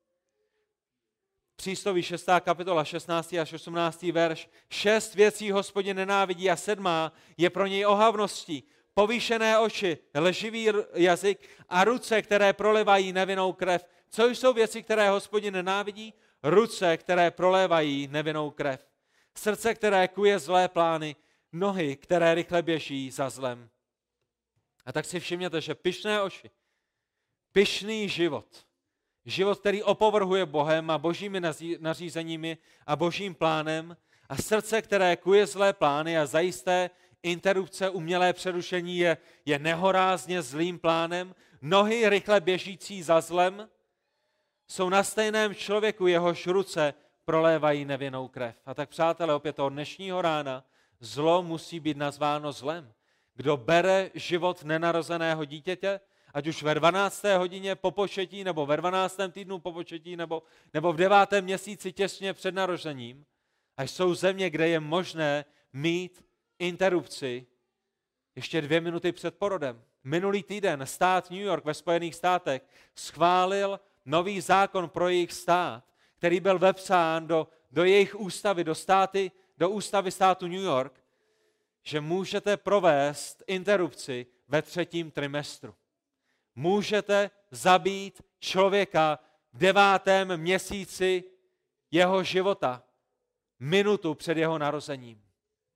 Přísloví šestá kapitola, šestnáctý až osmnáctý verš. Šest věcí Hospodin nenávidí a sedmá je pro něj ohavností. Povýšené oči, lživý jazyk a ruce, které prolévají nevinnou krev. Co jsou věci, které Hospodin nenávidí? Ruce, které prolévají nevinnou krev. Srdce, které kuje zlé plány. Nohy, které rychle běží za zlem. A tak si všimněte, že pyšné oči, pyšný život, život, který opovrhuje Bohem a božími nařízeními a božím plánem a srdce, které kuje zlé plány a zajisté interrupce, umělé přerušení je, je nehorázně zlým plánem, nohy rychle běžící za zlem, jsou na stejném člověku, jehož ruce prolévají nevinnou krev. A tak, přátelé, opět od dnešního rána zlo musí být nazváno zlem. Kdo bere život nenarozeného dítěte, ať už ve dvanácté hodině po početí, nebo ve dvanáctém týdnu po početí, nebo, nebo v devátém měsíci těsně před narozením, a jsou země, kde je možné mít interrupci ještě dvě minuty před porodem. Minulý týden stát New York ve Spojených státech schválil nový zákon pro jejich stát, který byl vepsán do, do jejich ústavy, do, státy, do ústavy státu New York, že můžete provést interrupci ve třetím trimestru. Můžete zabít člověka v devátém měsíci jeho života, minutu před jeho narozením.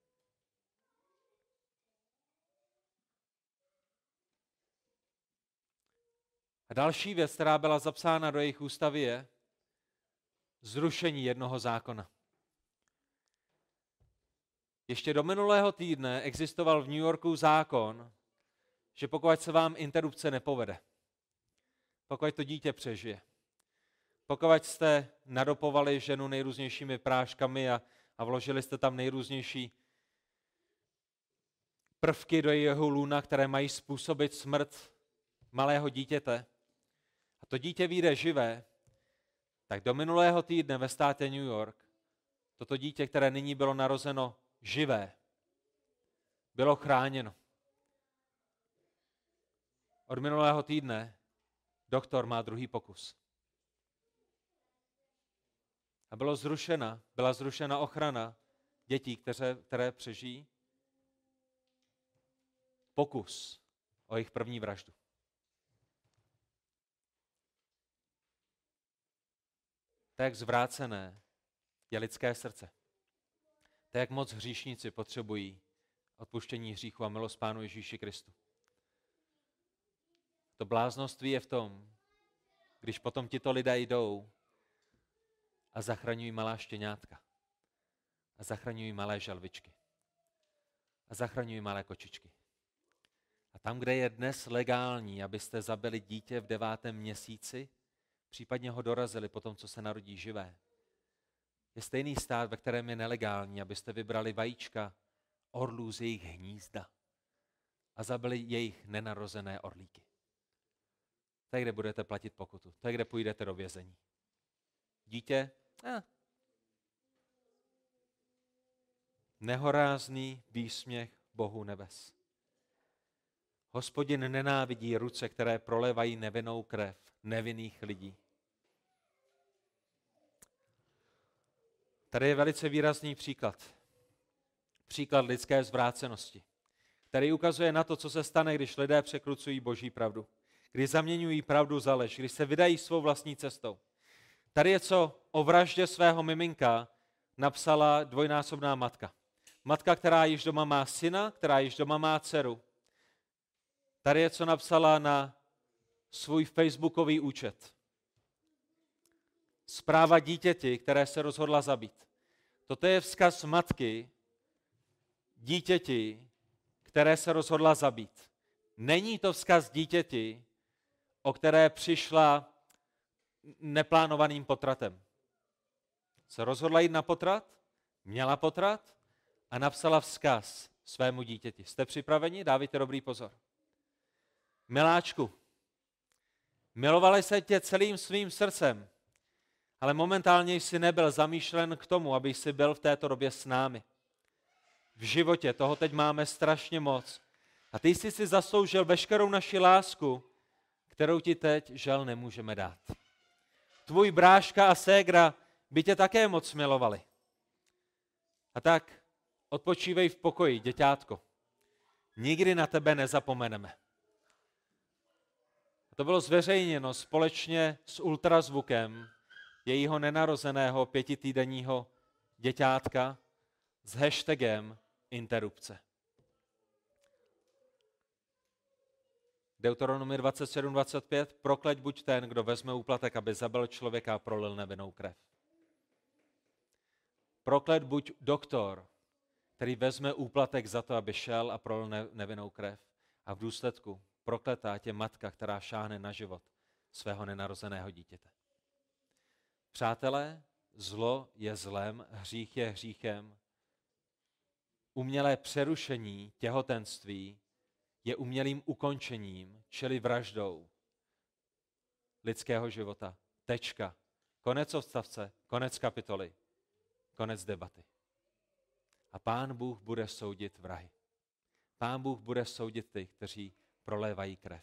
A další věc, která byla zapsána do jejich ústavy, je zrušení jednoho zákona. Ještě do minulého týdne existoval v New Yorku zákon, že pokud se vám interrupce nepovede, pokud to dítě přežije, pokud jste nadopovali ženu nejrůznějšími práškami a, a vložili jste tam nejrůznější prvky do jeho lůna, které mají způsobit smrt malého dítěte, a to dítě vyjde živé, tak do minulého týdne ve státě New York toto dítě, které nyní bylo narozeno živé, bylo chráněno. Od minulého týdne doktor má druhý pokus. A bylo zrušena, byla zrušena ochrana dětí, které, které přežijí pokus o jejich první vraždu. To, jak zvrácené je lidské srdce. To, jak moc hříšníci potřebují odpuštění hříchu a milost Pánu Ježíši Kristu. To bláznoství je v tom, když potom tito lidé jdou a zachraňují malá štěňátka. A zachraňují malé želvičky. A zachraňují malé kočičky. A tam, kde je dnes legální, abyste zabili dítě v devátém měsíci, případně ho dorazili po tom, co se narodí živé, je stejný stát, ve kterém je nelegální, abyste vybrali vajíčka orlů z jejich hnízda a zabili jejich nenarozené orlíky. To je, kde budete platit pokutu. To je, kde půjdete do vězení. Dítě? Eh. Nehorázný výsměch Bohu nebes. Hospodin nenávidí ruce, které prolévají nevinnou krev nevinných lidí. Tady je velice výrazný příklad. Příklad lidské zvrácenosti, který ukazuje na to, co se stane, když lidé překrucují Boží pravdu. Když zaměňují pravdu za lež, když se vydají svou vlastní cestou. Tady je, co o vraždě svého miminka napsala dvojnásobná matka. Matka, která již doma má syna, která již doma má dceru. Tady je, co napsala na svůj facebookový účet. Zpráva dítěti, které se rozhodla zabít. Toto je vzkaz matky dítěti, které se rozhodla zabít. Není to vzkaz dítěti, o které přišla neplánovaným potratem. Se rozhodla jít na potrat, měla potrat a napsala vzkaz svému dítěti. Jste připraveni? Dávejte dobrý pozor. Miláčku, milovali se tě celým svým srdcem, ale momentálně jsi nebyl zamýšlen k tomu, aby jsi byl v této době s námi. V životě toho teď máme strašně moc. A ty jsi si zasloužil veškerou naši lásku, kterou ti teď žel nemůžeme dát. Tvůj bráška a ségra by tě také moc milovali. A tak odpočívej v pokoji, děťátko. Nikdy na tebe nezapomeneme. A to bylo zveřejněno společně s ultrazvukem jejího nenarozeného pětitýdenního děťátka s hashtagem interrupce. Deuteronomie dvacet sedm dvacet pět. Prokleď buď ten, kdo vezme úplatek, aby zabil člověka a prolil nevinnou krev. Prokleď buď doktor, který vezme úplatek za to, aby šel a prolil nevinnou krev. A v důsledku prokletá tě matka, která šáhne na život svého nenarozeného dítěte. Přátelé, zlo je zlem, hřích je hříchem. Umělé přerušení těhotenství je umělým ukončením, čili vraždou lidského života. Tečka. Konec odstavce, konec kapitoly, konec debaty. A Pán Bůh bude soudit vrahy. Pán Bůh bude soudit ty, kteří prolévají krev.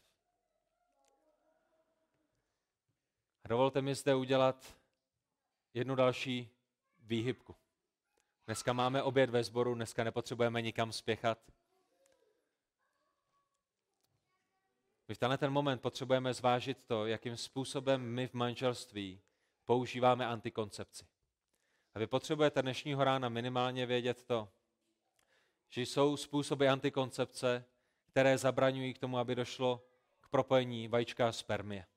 A dovolte mi zde udělat jednu další výhybku. Dneska máme oběd ve sboru, dneska nepotřebujeme nikam spěchat. My v tenhle ten moment potřebujeme zvážit to, jakým způsobem my v manželství používáme antikoncepci. A vy potřebujete dnešního rána minimálně vědět to, že jsou způsoby antikoncepce, které zabraňují k tomu, aby došlo k propojení vajíčka a spermie.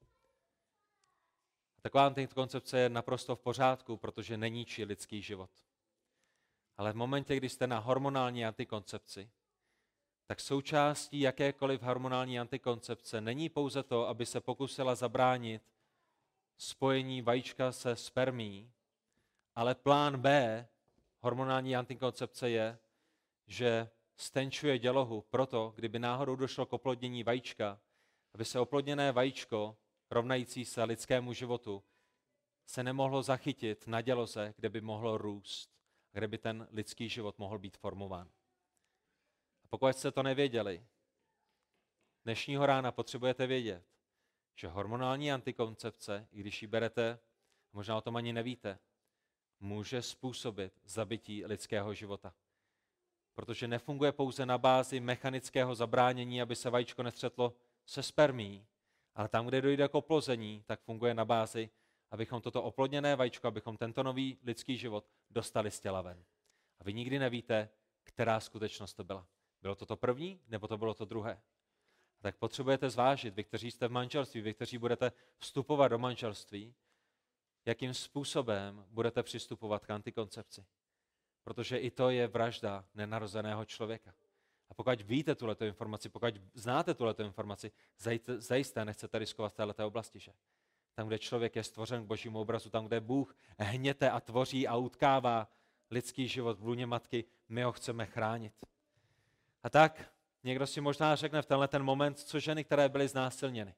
A taková antikoncepce je naprosto v pořádku, protože neníčí lidský život. Ale v momentě, kdy jste na hormonální antikoncepci, tak součástí jakékoliv hormonální antikoncepce není pouze to, aby se pokusila zabránit spojení vajíčka se spermií, ale plán B hormonální antikoncepce je, že stenčuje dělohu proto, kdyby náhodou došlo k oplodnění vajíčka, aby se oplodněné vajíčko, rovnající se lidskému životu, se nemohlo zachytit na děloze, kde by mohlo růst, kde by ten lidský život mohl být formován. A pokud jste to nevěděli, dnešního rána potřebujete vědět, že hormonální antikoncepce, i když ji berete, možná o tom ani nevíte, může způsobit zabití lidského života. Protože nefunguje pouze na bázi mechanického zabránění, aby se vajíčko nestřetlo se spermií, ale tam, kde dojde k oplození, tak funguje na bázi, abychom toto oplodněné vajíčko, abychom tento nový lidský život dostali z těla ven. A vy nikdy nevíte, která skutečnost to byla. Bylo to to první, nebo to bylo to druhé? A tak potřebujete zvážit, vy, kteří jste v manželství, vy, kteří budete vstupovat do manželství, jakým způsobem budete přistupovat k antikoncepci. Protože i to je vražda nenarozeného člověka. A pokud víte tuhleto informaci, pokud znáte tuhleto informaci, zajisté nechcete riskovat v této oblasti, že? Tam, kde člověk je stvořen k božímu obrazu, tam, kde Bůh hněte a tvoří a utkává lidský život v lůně matky, my ho chceme chránit. A tak někdo si možná řekne v tenhle ten moment, co ženy, které byly znásilněny.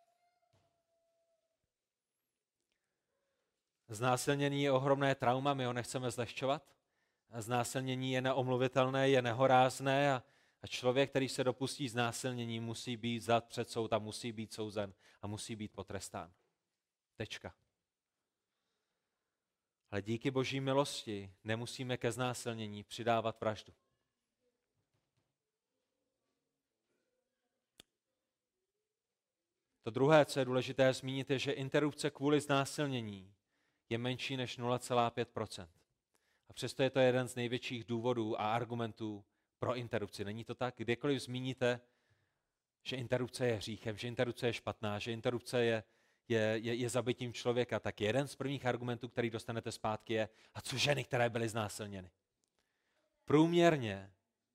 Znásilnění je ohromné trauma, my ho nechceme zlehčovat. Znásilnění je neomluvitelné, je nehorázné a, a člověk, který se dopustí znásilnění, musí být vzat před soud a musí být souzen a musí být potrestán. Tečka. Ale díky boží milosti nemusíme ke znásilnění přidávat vraždu. To druhé, co je důležité zmínit, je, že interrupce kvůli znásilnění je menší než nula celá pět procenta. A přesto je to jeden z největších důvodů a argumentů pro interrupci. Není to tak? Kdekoliv zmíníte, že interrupce je hříchem, že interrupce je špatná, že interrupce je, je, je, je zabitím člověka, tak jeden z prvních argumentů, který dostanete zpátky, je, a co ženy, které byly znásilněny? Průměrně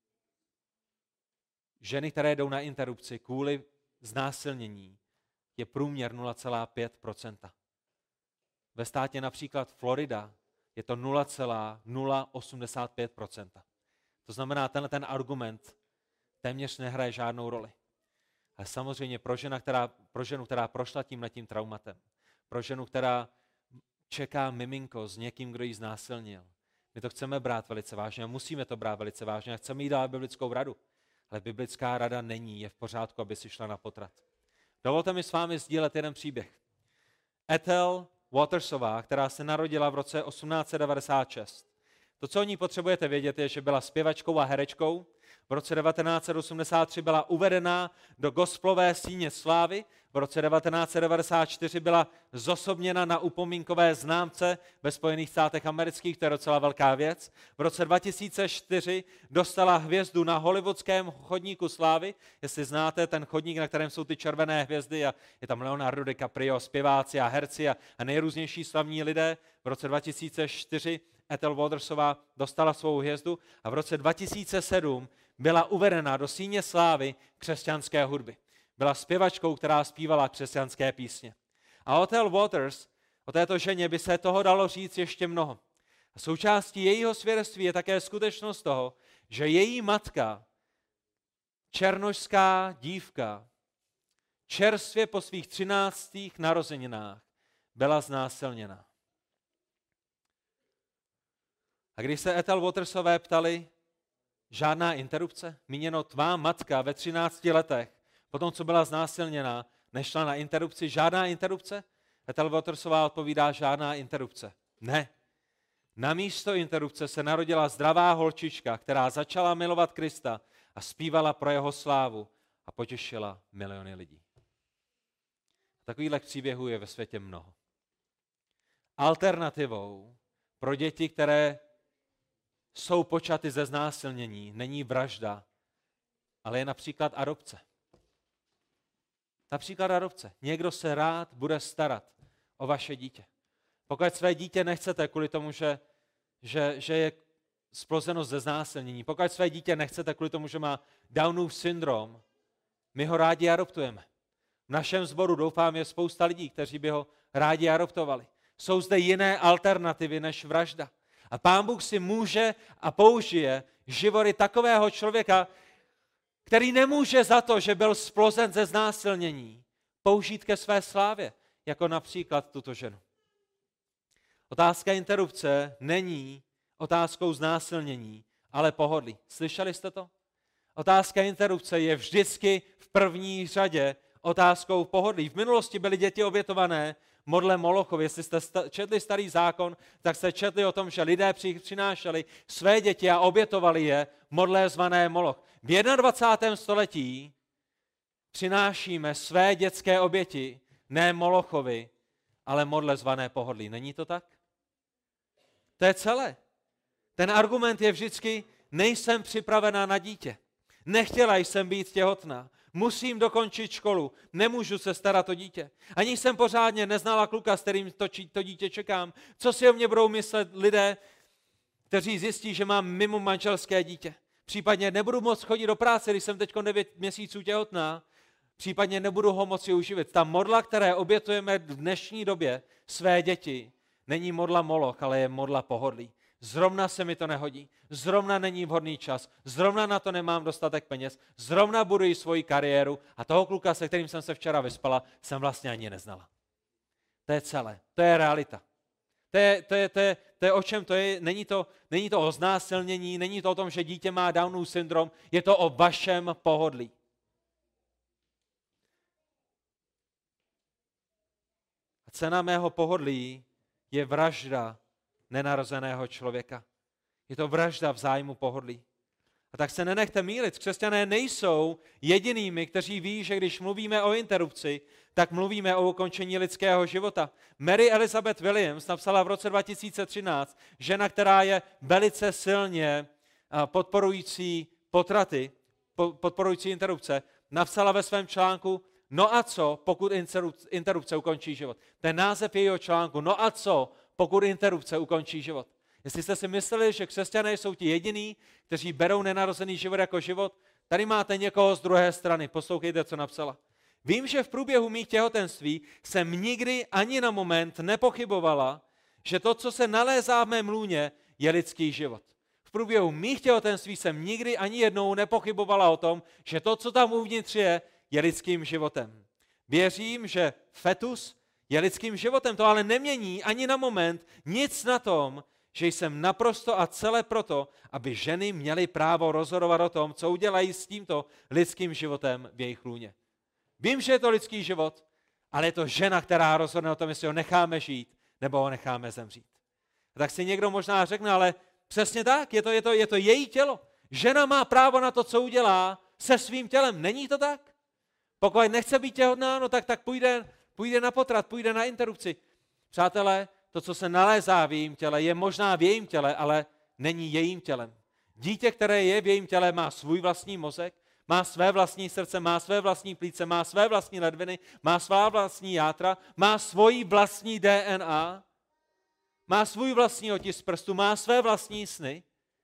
ženy, které jdou na interrupci kvůli znásilnění, je průměr nula celá pět procenta. Ve státě například Florida je to nula celá nula osmdesát pět procenta. To znamená, tenhle ten argument téměř nehraje žádnou roli. Ale samozřejmě pro, žena, která, pro ženu, která prošla tímhletím traumatem, pro ženu, která čeká miminko s někým, kdo ji znásilnil, my to chceme brát velice vážně a musíme to brát velice vážně a chceme jí dát biblickou radu. Ale biblická rada není, je v pořádku, aby si šla na potrat. Dovolte mi s vámi sdílet jeden příběh. Ethel Watersová, která se narodila v roce osmnáct set devadesát šest. To, co o ní potřebujete vědět, je, že byla zpěvačkou a herečkou. V roce devatenáct set osmdesát tři byla uvedena do gospelové síně slávy. V roce devatenáct set devadesát čtyři byla zosobněna na upomínkové známce ve Spojených státech amerických, to je docela velká věc. V roce dva tisíce čtyři dostala hvězdu na hollywoodském chodníku slávy. Jestli znáte ten chodník, na kterém jsou ty červené hvězdy a je tam Leonardo DiCaprio, zpěváci a herci a, a nejrůznější slavní lidé. V roce dva tisíce čtyři Ethel Watersová dostala svou hvězdu a v roce dva tisíce sedm byla uvedena do síně slávy křesťanské hudby. Byla zpěvačkou, která zpívala křesťanské písně. A o Ethel Waters, o této ženě by se toho dalo říct ještě mnoho. A součástí jejího svědectví je také skutečnost toho, že její matka, černošská dívka, čerstvě po svých třináctých narozeninách byla znásilněna. A když se Ethel Watersové ptali, žádná interrupce, míněno tvá matka ve třinácti letech, potom co byla znásilněna, nešla na interrupci, žádná interrupce? Ethel Watersová odpovídá, žádná interrupce. Ne. Namísto interrupce se narodila zdravá holčička, která začala milovat Krista a zpívala pro jeho slávu a potěšila miliony lidí. Takových příběhů je ve světě mnoho. Alternativou pro děti, které jsou počaty ze znásilnění, není vražda, ale je například adopce. Například adopce. Někdo se rád bude starat o vaše dítě. Pokud své dítě nechcete kvůli tomu, že, že, že je splozeno ze znásilnění, pokud své dítě nechcete kvůli tomu, že má Downův syndrom, my ho rádi adoptujeme. V našem sboru, doufám, je spousta lidí, kteří by ho rádi adoptovali. Jsou zde jiné alternativy než vražda. A Pán Bůh si může a použije životy takového člověka, který nemůže za to, že byl splozen ze znásilnění, použít ke své slávě, jako například tuto ženu. Otázka interrupce není otázkou znásilnění, ale pohodlí. Slyšeli jste to? Otázka interrupce je vždycky v první řadě otázkou pohodlí. V minulosti byly děti obětované modle Molochovi. Jestli jste četli Starý zákon, tak jste četli o tom, že lidé přinášeli své děti a obětovali je modle zvané Moloch. V dvacátém prvním století přinášíme své dětské oběti ne Molochovi, ale modle zvané pohodlí. Není to tak? To je celé. Ten argument je vždycky, nejsem připravená na dítě. Nechtěla jsem být těhotná. Musím dokončit školu. Nemůžu se starat o dítě. Ani jsem pořádně neznala kluka, s kterým to, to dítě čekám. Co si o mě budou myslet lidé, kteří zjistí, že mám mimo manželské dítě. Případně nebudu moct chodit do práce, když jsem teď devět měsíců těhotná. Případně nebudu ho moci uživit. Ta modla, které obětujeme v dnešní době své děti, není modla Moloch, ale je modla pohodlí. Zrovna se mi to nehodí, zrovna není vhodný čas, zrovna na to nemám dostatek peněz, zrovna buduji svoji kariéru a toho kluka, se kterým jsem se včera vyspala, jsem vlastně ani neznala. To je celé, to je realita. To je, to je, to je, to je o čem to je, není to, není to o znásilnění, není to o tom, že dítě má Downův syndrom, je to o vašem pohodlí. A cena mého pohodlí je vražda nenarozeného člověka. Je to vražda v zájmu pohodlí. A tak se nenechte mýlit. Křesťané nejsou jedinými, kteří ví, že když mluvíme o interrupci, tak mluvíme o ukončení lidského života. Mary Elizabeth Williams napsala v roce dva tisíce třináct, žena, která je velice silně podporující potraty, podporující interrupce, napsala ve svém článku, no a co, pokud interrupce ukončí život. Ten název jejího článku, no a co, pokud interrupce ukončí život. Jestli jste si mysleli, že křesťané jsou ti jediní, kteří berou nenarozený život jako život, tady máte někoho z druhé strany. Poslouchejte, co napsala. Vím, že v průběhu mých těhotenství jsem nikdy ani na moment nepochybovala, že to, co se nalézá v mém lůně, je lidský život. V průběhu mých těhotenství jsem nikdy ani jednou nepochybovala o tom, že to, co tam uvnitř je, je lidským životem. Věřím, že fetus je lidským životem. To ale nemění ani na moment nic na tom, že jsem naprosto a celé proto, aby ženy měly právo rozhodovat o tom, co udělají s tímto lidským životem v jejich lůně. Vím, že je to lidský život, ale je to žena, která rozhodne o tom, jestli ho necháme žít, nebo ho necháme zemřít. A tak si někdo možná řekne, ale přesně tak, je to, je to, je to její tělo. Žena má právo na to, co udělá se svým tělem. Není to tak? Pokud nechce být těhotná, no tak, tak půjde, půjde na potrat, půjde na interrupci. Přátelé, to, co se nalézá v jejím těle, je možná v jejím těle, ale není jejím tělem. Dítě, které je v jejím těle, má svůj vlastní mozek, má své vlastní srdce, má své vlastní plíce, má své vlastní ledviny, má svá vlastní játra, má svoji vlastní D N A, má svůj vlastní otisk prstu, má své vlastní sny.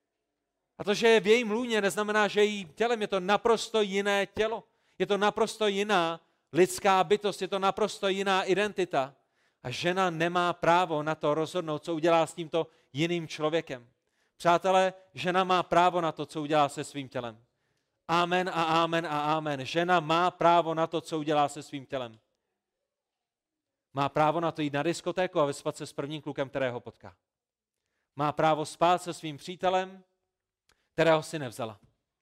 A to, že je v jejím lůně, neznamená, že jejím tělem je to naprosto jiné tělo. Je to naprosto jiná lidská bytost, je to naprosto jiná identita. A žena nemá právo na to rozhodnout, co udělá s tímto jiným člověkem. Přátelé, žena má právo na to, co udělá se svým tělem. Amen a amen a amen. Žena má právo na to, co udělá se svým tělem. Má právo na to jít na diskotéku a vyspat se s prvním klukem, kterého potká. Má právo spát se svým přítelem, kterého si nevzala.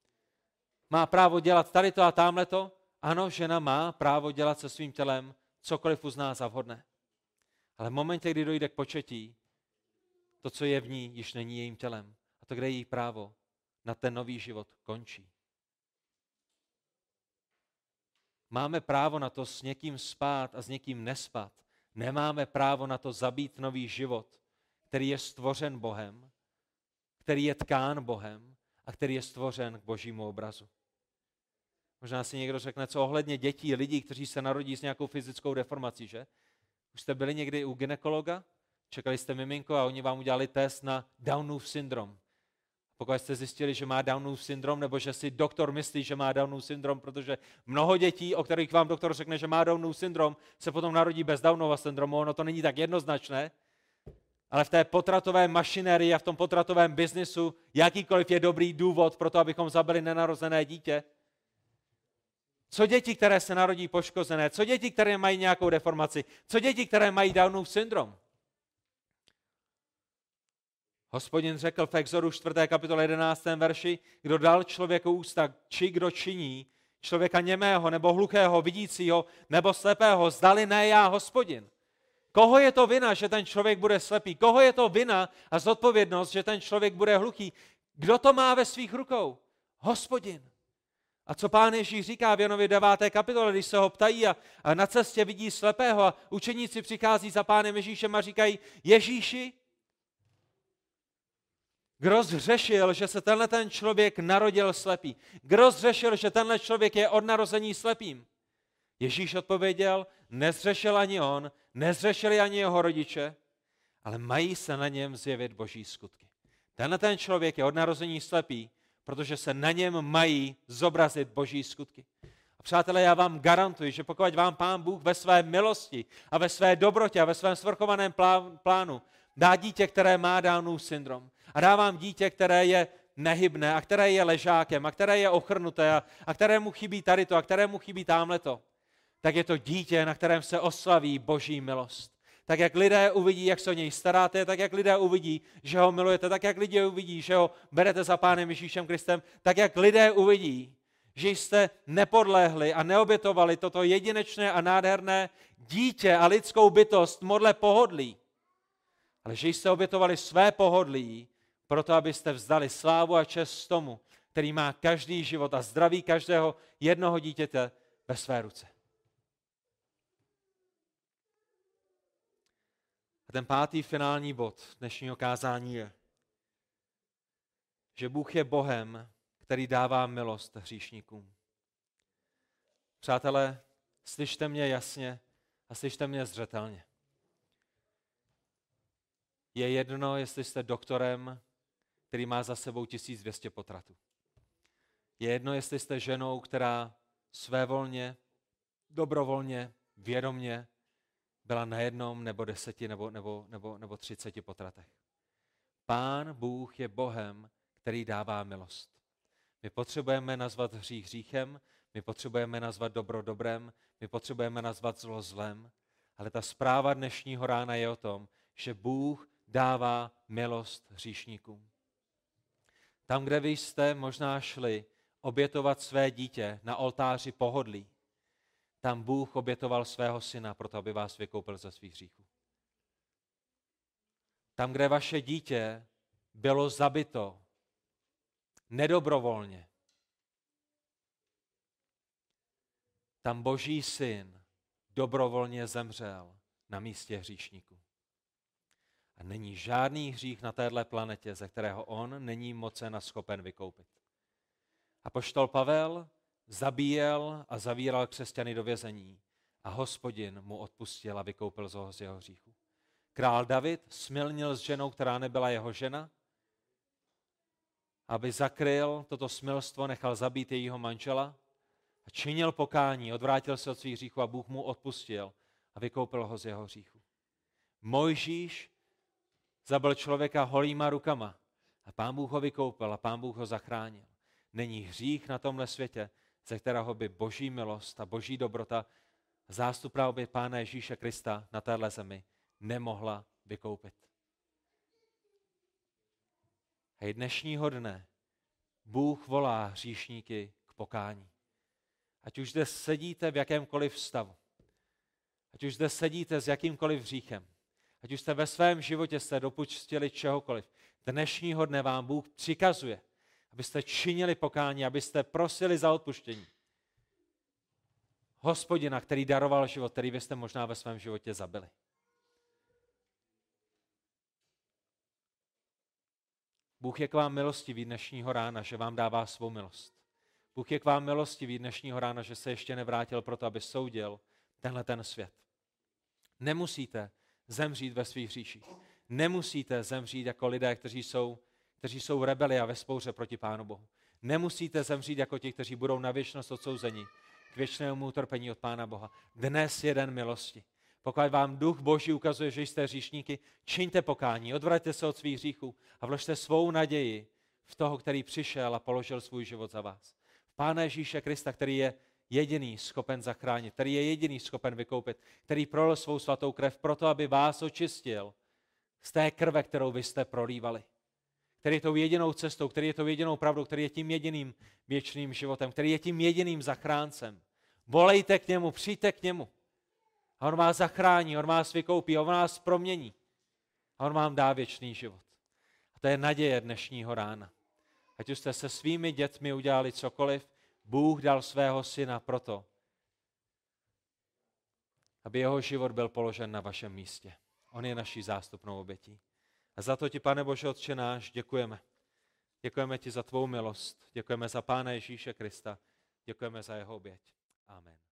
Má právo dělat tady to a tamhle to. Ano, žena má právo dělat se svým tělem cokoliv uzná za vhodné. Ale v momentě, kdy dojde k početí, to, co je v ní, již není jejím tělem. A to, kde je její právo na ten nový život, končí. Máme právo na to s někým spát a s někým nespat. Nemáme právo na to zabít nový život, který je stvořen Bohem, který je tkán Bohem a který je stvořen k Božímu obrazu. Možná si někdo řekne, co ohledně dětí, lidí, kteří se narodí s nějakou fyzickou deformací, že? Už jste byli někdy u gynekologa? Čekali jste miminko a oni vám udělali test na Downův syndrom. Pokud jste zjistili, že má Downův syndrom, nebo že si doktor myslí, že má Downův syndrom, protože mnoho dětí, o kterých vám doktor řekne, že má Downův syndrom, se potom narodí bez Downova syndromu, ono to není tak jednoznačné, ale v té potratové mašinérii a v tom potratovém biznisu jakýkoliv je dobrý důvod pro to, abychom zabili nenarozené dítě. Co děti, které se narodí poškozené? Co děti, které mají nějakou deformaci? Co děti, které mají Downův syndrom? Hospodin řekl v Exodu čtvrté kapitole jedenáctém verši, kdo dal člověku ústa, či kdo činí člověka němého, nebo hluchého, vidícího, nebo slepého, zdali ne já, Hospodin. Koho je to vina, že ten člověk bude slepý? Koho je to vina a zodpovědnost, že ten člověk bude hluchý? Kdo to má ve svých rukou? Hospodin. A co Pán Ježíš říká v Janovi deváté kapitole, když se ho ptají a, a na cestě vidí slepého a učeníci přichází za Pánem Ježíšem a říkají, Ježíši, kdo zřešil, že se tenhle ten člověk narodil slepý? Kdo zřešil, že tenhle člověk je od narození slepým? Ježíš odpověděl, nezřešil ani on, nezřešili ani jeho rodiče, ale mají se na něm zjevit Boží skutky. Tenhle ten člověk je od narození slepý, protože se na něm mají zobrazit Boží skutky. A přátelé, já vám garantuji, že pokud vám Pán Bůh ve své milosti a ve své dobrotě a ve svém svrchovaném plánu dá dítě, které má Downův syndrom, a dá vám dítě, které je nehybné a které je ležákem a které je ochrnuté a, a kterému chybí tady to a kterému chybí támhleto, tak je to dítě, na kterém se oslaví Boží milost. Tak jak lidé uvidí, jak se o něj staráte, tak jak lidé uvidí, že ho milujete, tak jak lidé uvidí, že ho berete za Pánem Ježíšem Kristem, tak jak lidé uvidí, že jste nepodlehli a neobětovali toto jedinečné a nádherné dítě a lidskou bytost modle pohodlí, ale že jste obětovali své pohodlí proto, abyste vzdali slávu a čest tomu, který má každý život a zdraví každého jednoho dítěte ve své ruce. A ten pátý finální bod dnešního kázání je, že Bůh je Bohem, který dává milost hříšníkům. Přátelé, slyšte mě jasně a slyšte mě zřetelně. Je jedno, jestli jste doktorem, který má za sebou tisíc dvě stě potratů. Je jedno, jestli jste ženou, která svévolně, dobrovolně, vědomně byla na jednom nebo deseti nebo, nebo, nebo, nebo třiceti potratech. Pán Bůh je Bohem, který dává milost. My potřebujeme nazvat hřích hříchem, my potřebujeme nazvat dobro dobrem, my potřebujeme nazvat zlo zlem, ale ta zpráva dnešního rána je o tom, že Bůh dává milost hříšníkům. Tam, kde vy jste možná šli obětovat své dítě na oltáři pohodlí, tam Bůh obětoval svého syna, proto aby vás vykoupil ze svých hříchů. Tam, kde vaše dítě bylo zabito nedobrovolně, tam Boží syn dobrovolně zemřel na místě hříšníků. A není žádný hřích na téhle planetě, ze kterého on není mocen a schopen vykoupit. Apoštol Pavel zabíjel a zavíral křesťany do vězení a Hospodin mu odpustil a vykoupil ho z jeho hříchu. Král David smilnil s ženou, která nebyla jeho žena, aby zakryl toto smilstvo, nechal zabít jejího manžela a činil pokání, odvrátil se od svých hříchů a Bůh mu odpustil a vykoupil ho z jeho hříchu. Mojžíš zabil člověka holýma rukama a Pán Bůh ho vykoupil a Pán Bůh ho zachránil. Není hřích na tomhle světě, ze kterého by Boží milost a Boží dobrota, zástupná oběť Pána Ježíše Krista na téhle zemi nemohla vykoupit. A i dnešního dne Bůh volá hříšníky k pokání. Ať už zde sedíte v jakémkoliv stavu, ať už zde sedíte s jakýmkoliv hříchem, ať už jste ve svém životě se dopustili čehokoliv, dnešního dne vám Bůh přikazuje, abyste činili pokání, abyste prosili za odpuštění. Hospodina, který daroval život, který vy jste možná ve svém životě zabili. Bůh je k vám milostivý dnešního rána, že vám dává svou milost. Bůh je k vám milostivý dnešního rána, že se ještě nevrátil proto, aby soudil tenhle ten svět. Nemusíte zemřít ve svých hříších. Nemusíte zemřít jako lidé, kteří jsou, kteří jsou rebeli a ve spouře proti Pánu Bohu. Nemusíte zemřít jako ti, kteří budou na věčnost odsouzeni k věčnému utrpení od Pána Boha. Dnes je den milosti. Pokud vám Duch Boží ukazuje, že jste hříšníky, čiňte pokání, odvraťte se od svých hříchů a vložte svou naději v toho, který přišel a položil svůj život za vás. V Pána Ježíše Krista, který je jediný schopen zachránit, který je jediný schopen vykoupit, který prolil svou svatou krev proto, aby vás očistil z té krve, kterou vy jste prolívali. Který je tou jedinou cestou, který je tou jedinou pravdou, který je tím jediným věčným životem, který je tím jediným zachráncem. Volejte k němu, přijďte k němu. A on vás zachrání, on vás vykoupí, on vás promění. A on vám dá věčný život. A to je naděje dnešního rána. Ať už jste se svými dětmi udělali cokoliv, Bůh dal svého syna proto, aby jeho život byl položen na vašem místě. On je naší zástupnou obětí. A za to ti, Pane Bože, Otče náš, děkujeme. Děkujeme ti za tvou milost, děkujeme za Pána Ježíše Krista, děkujeme za jeho oběť. Amen.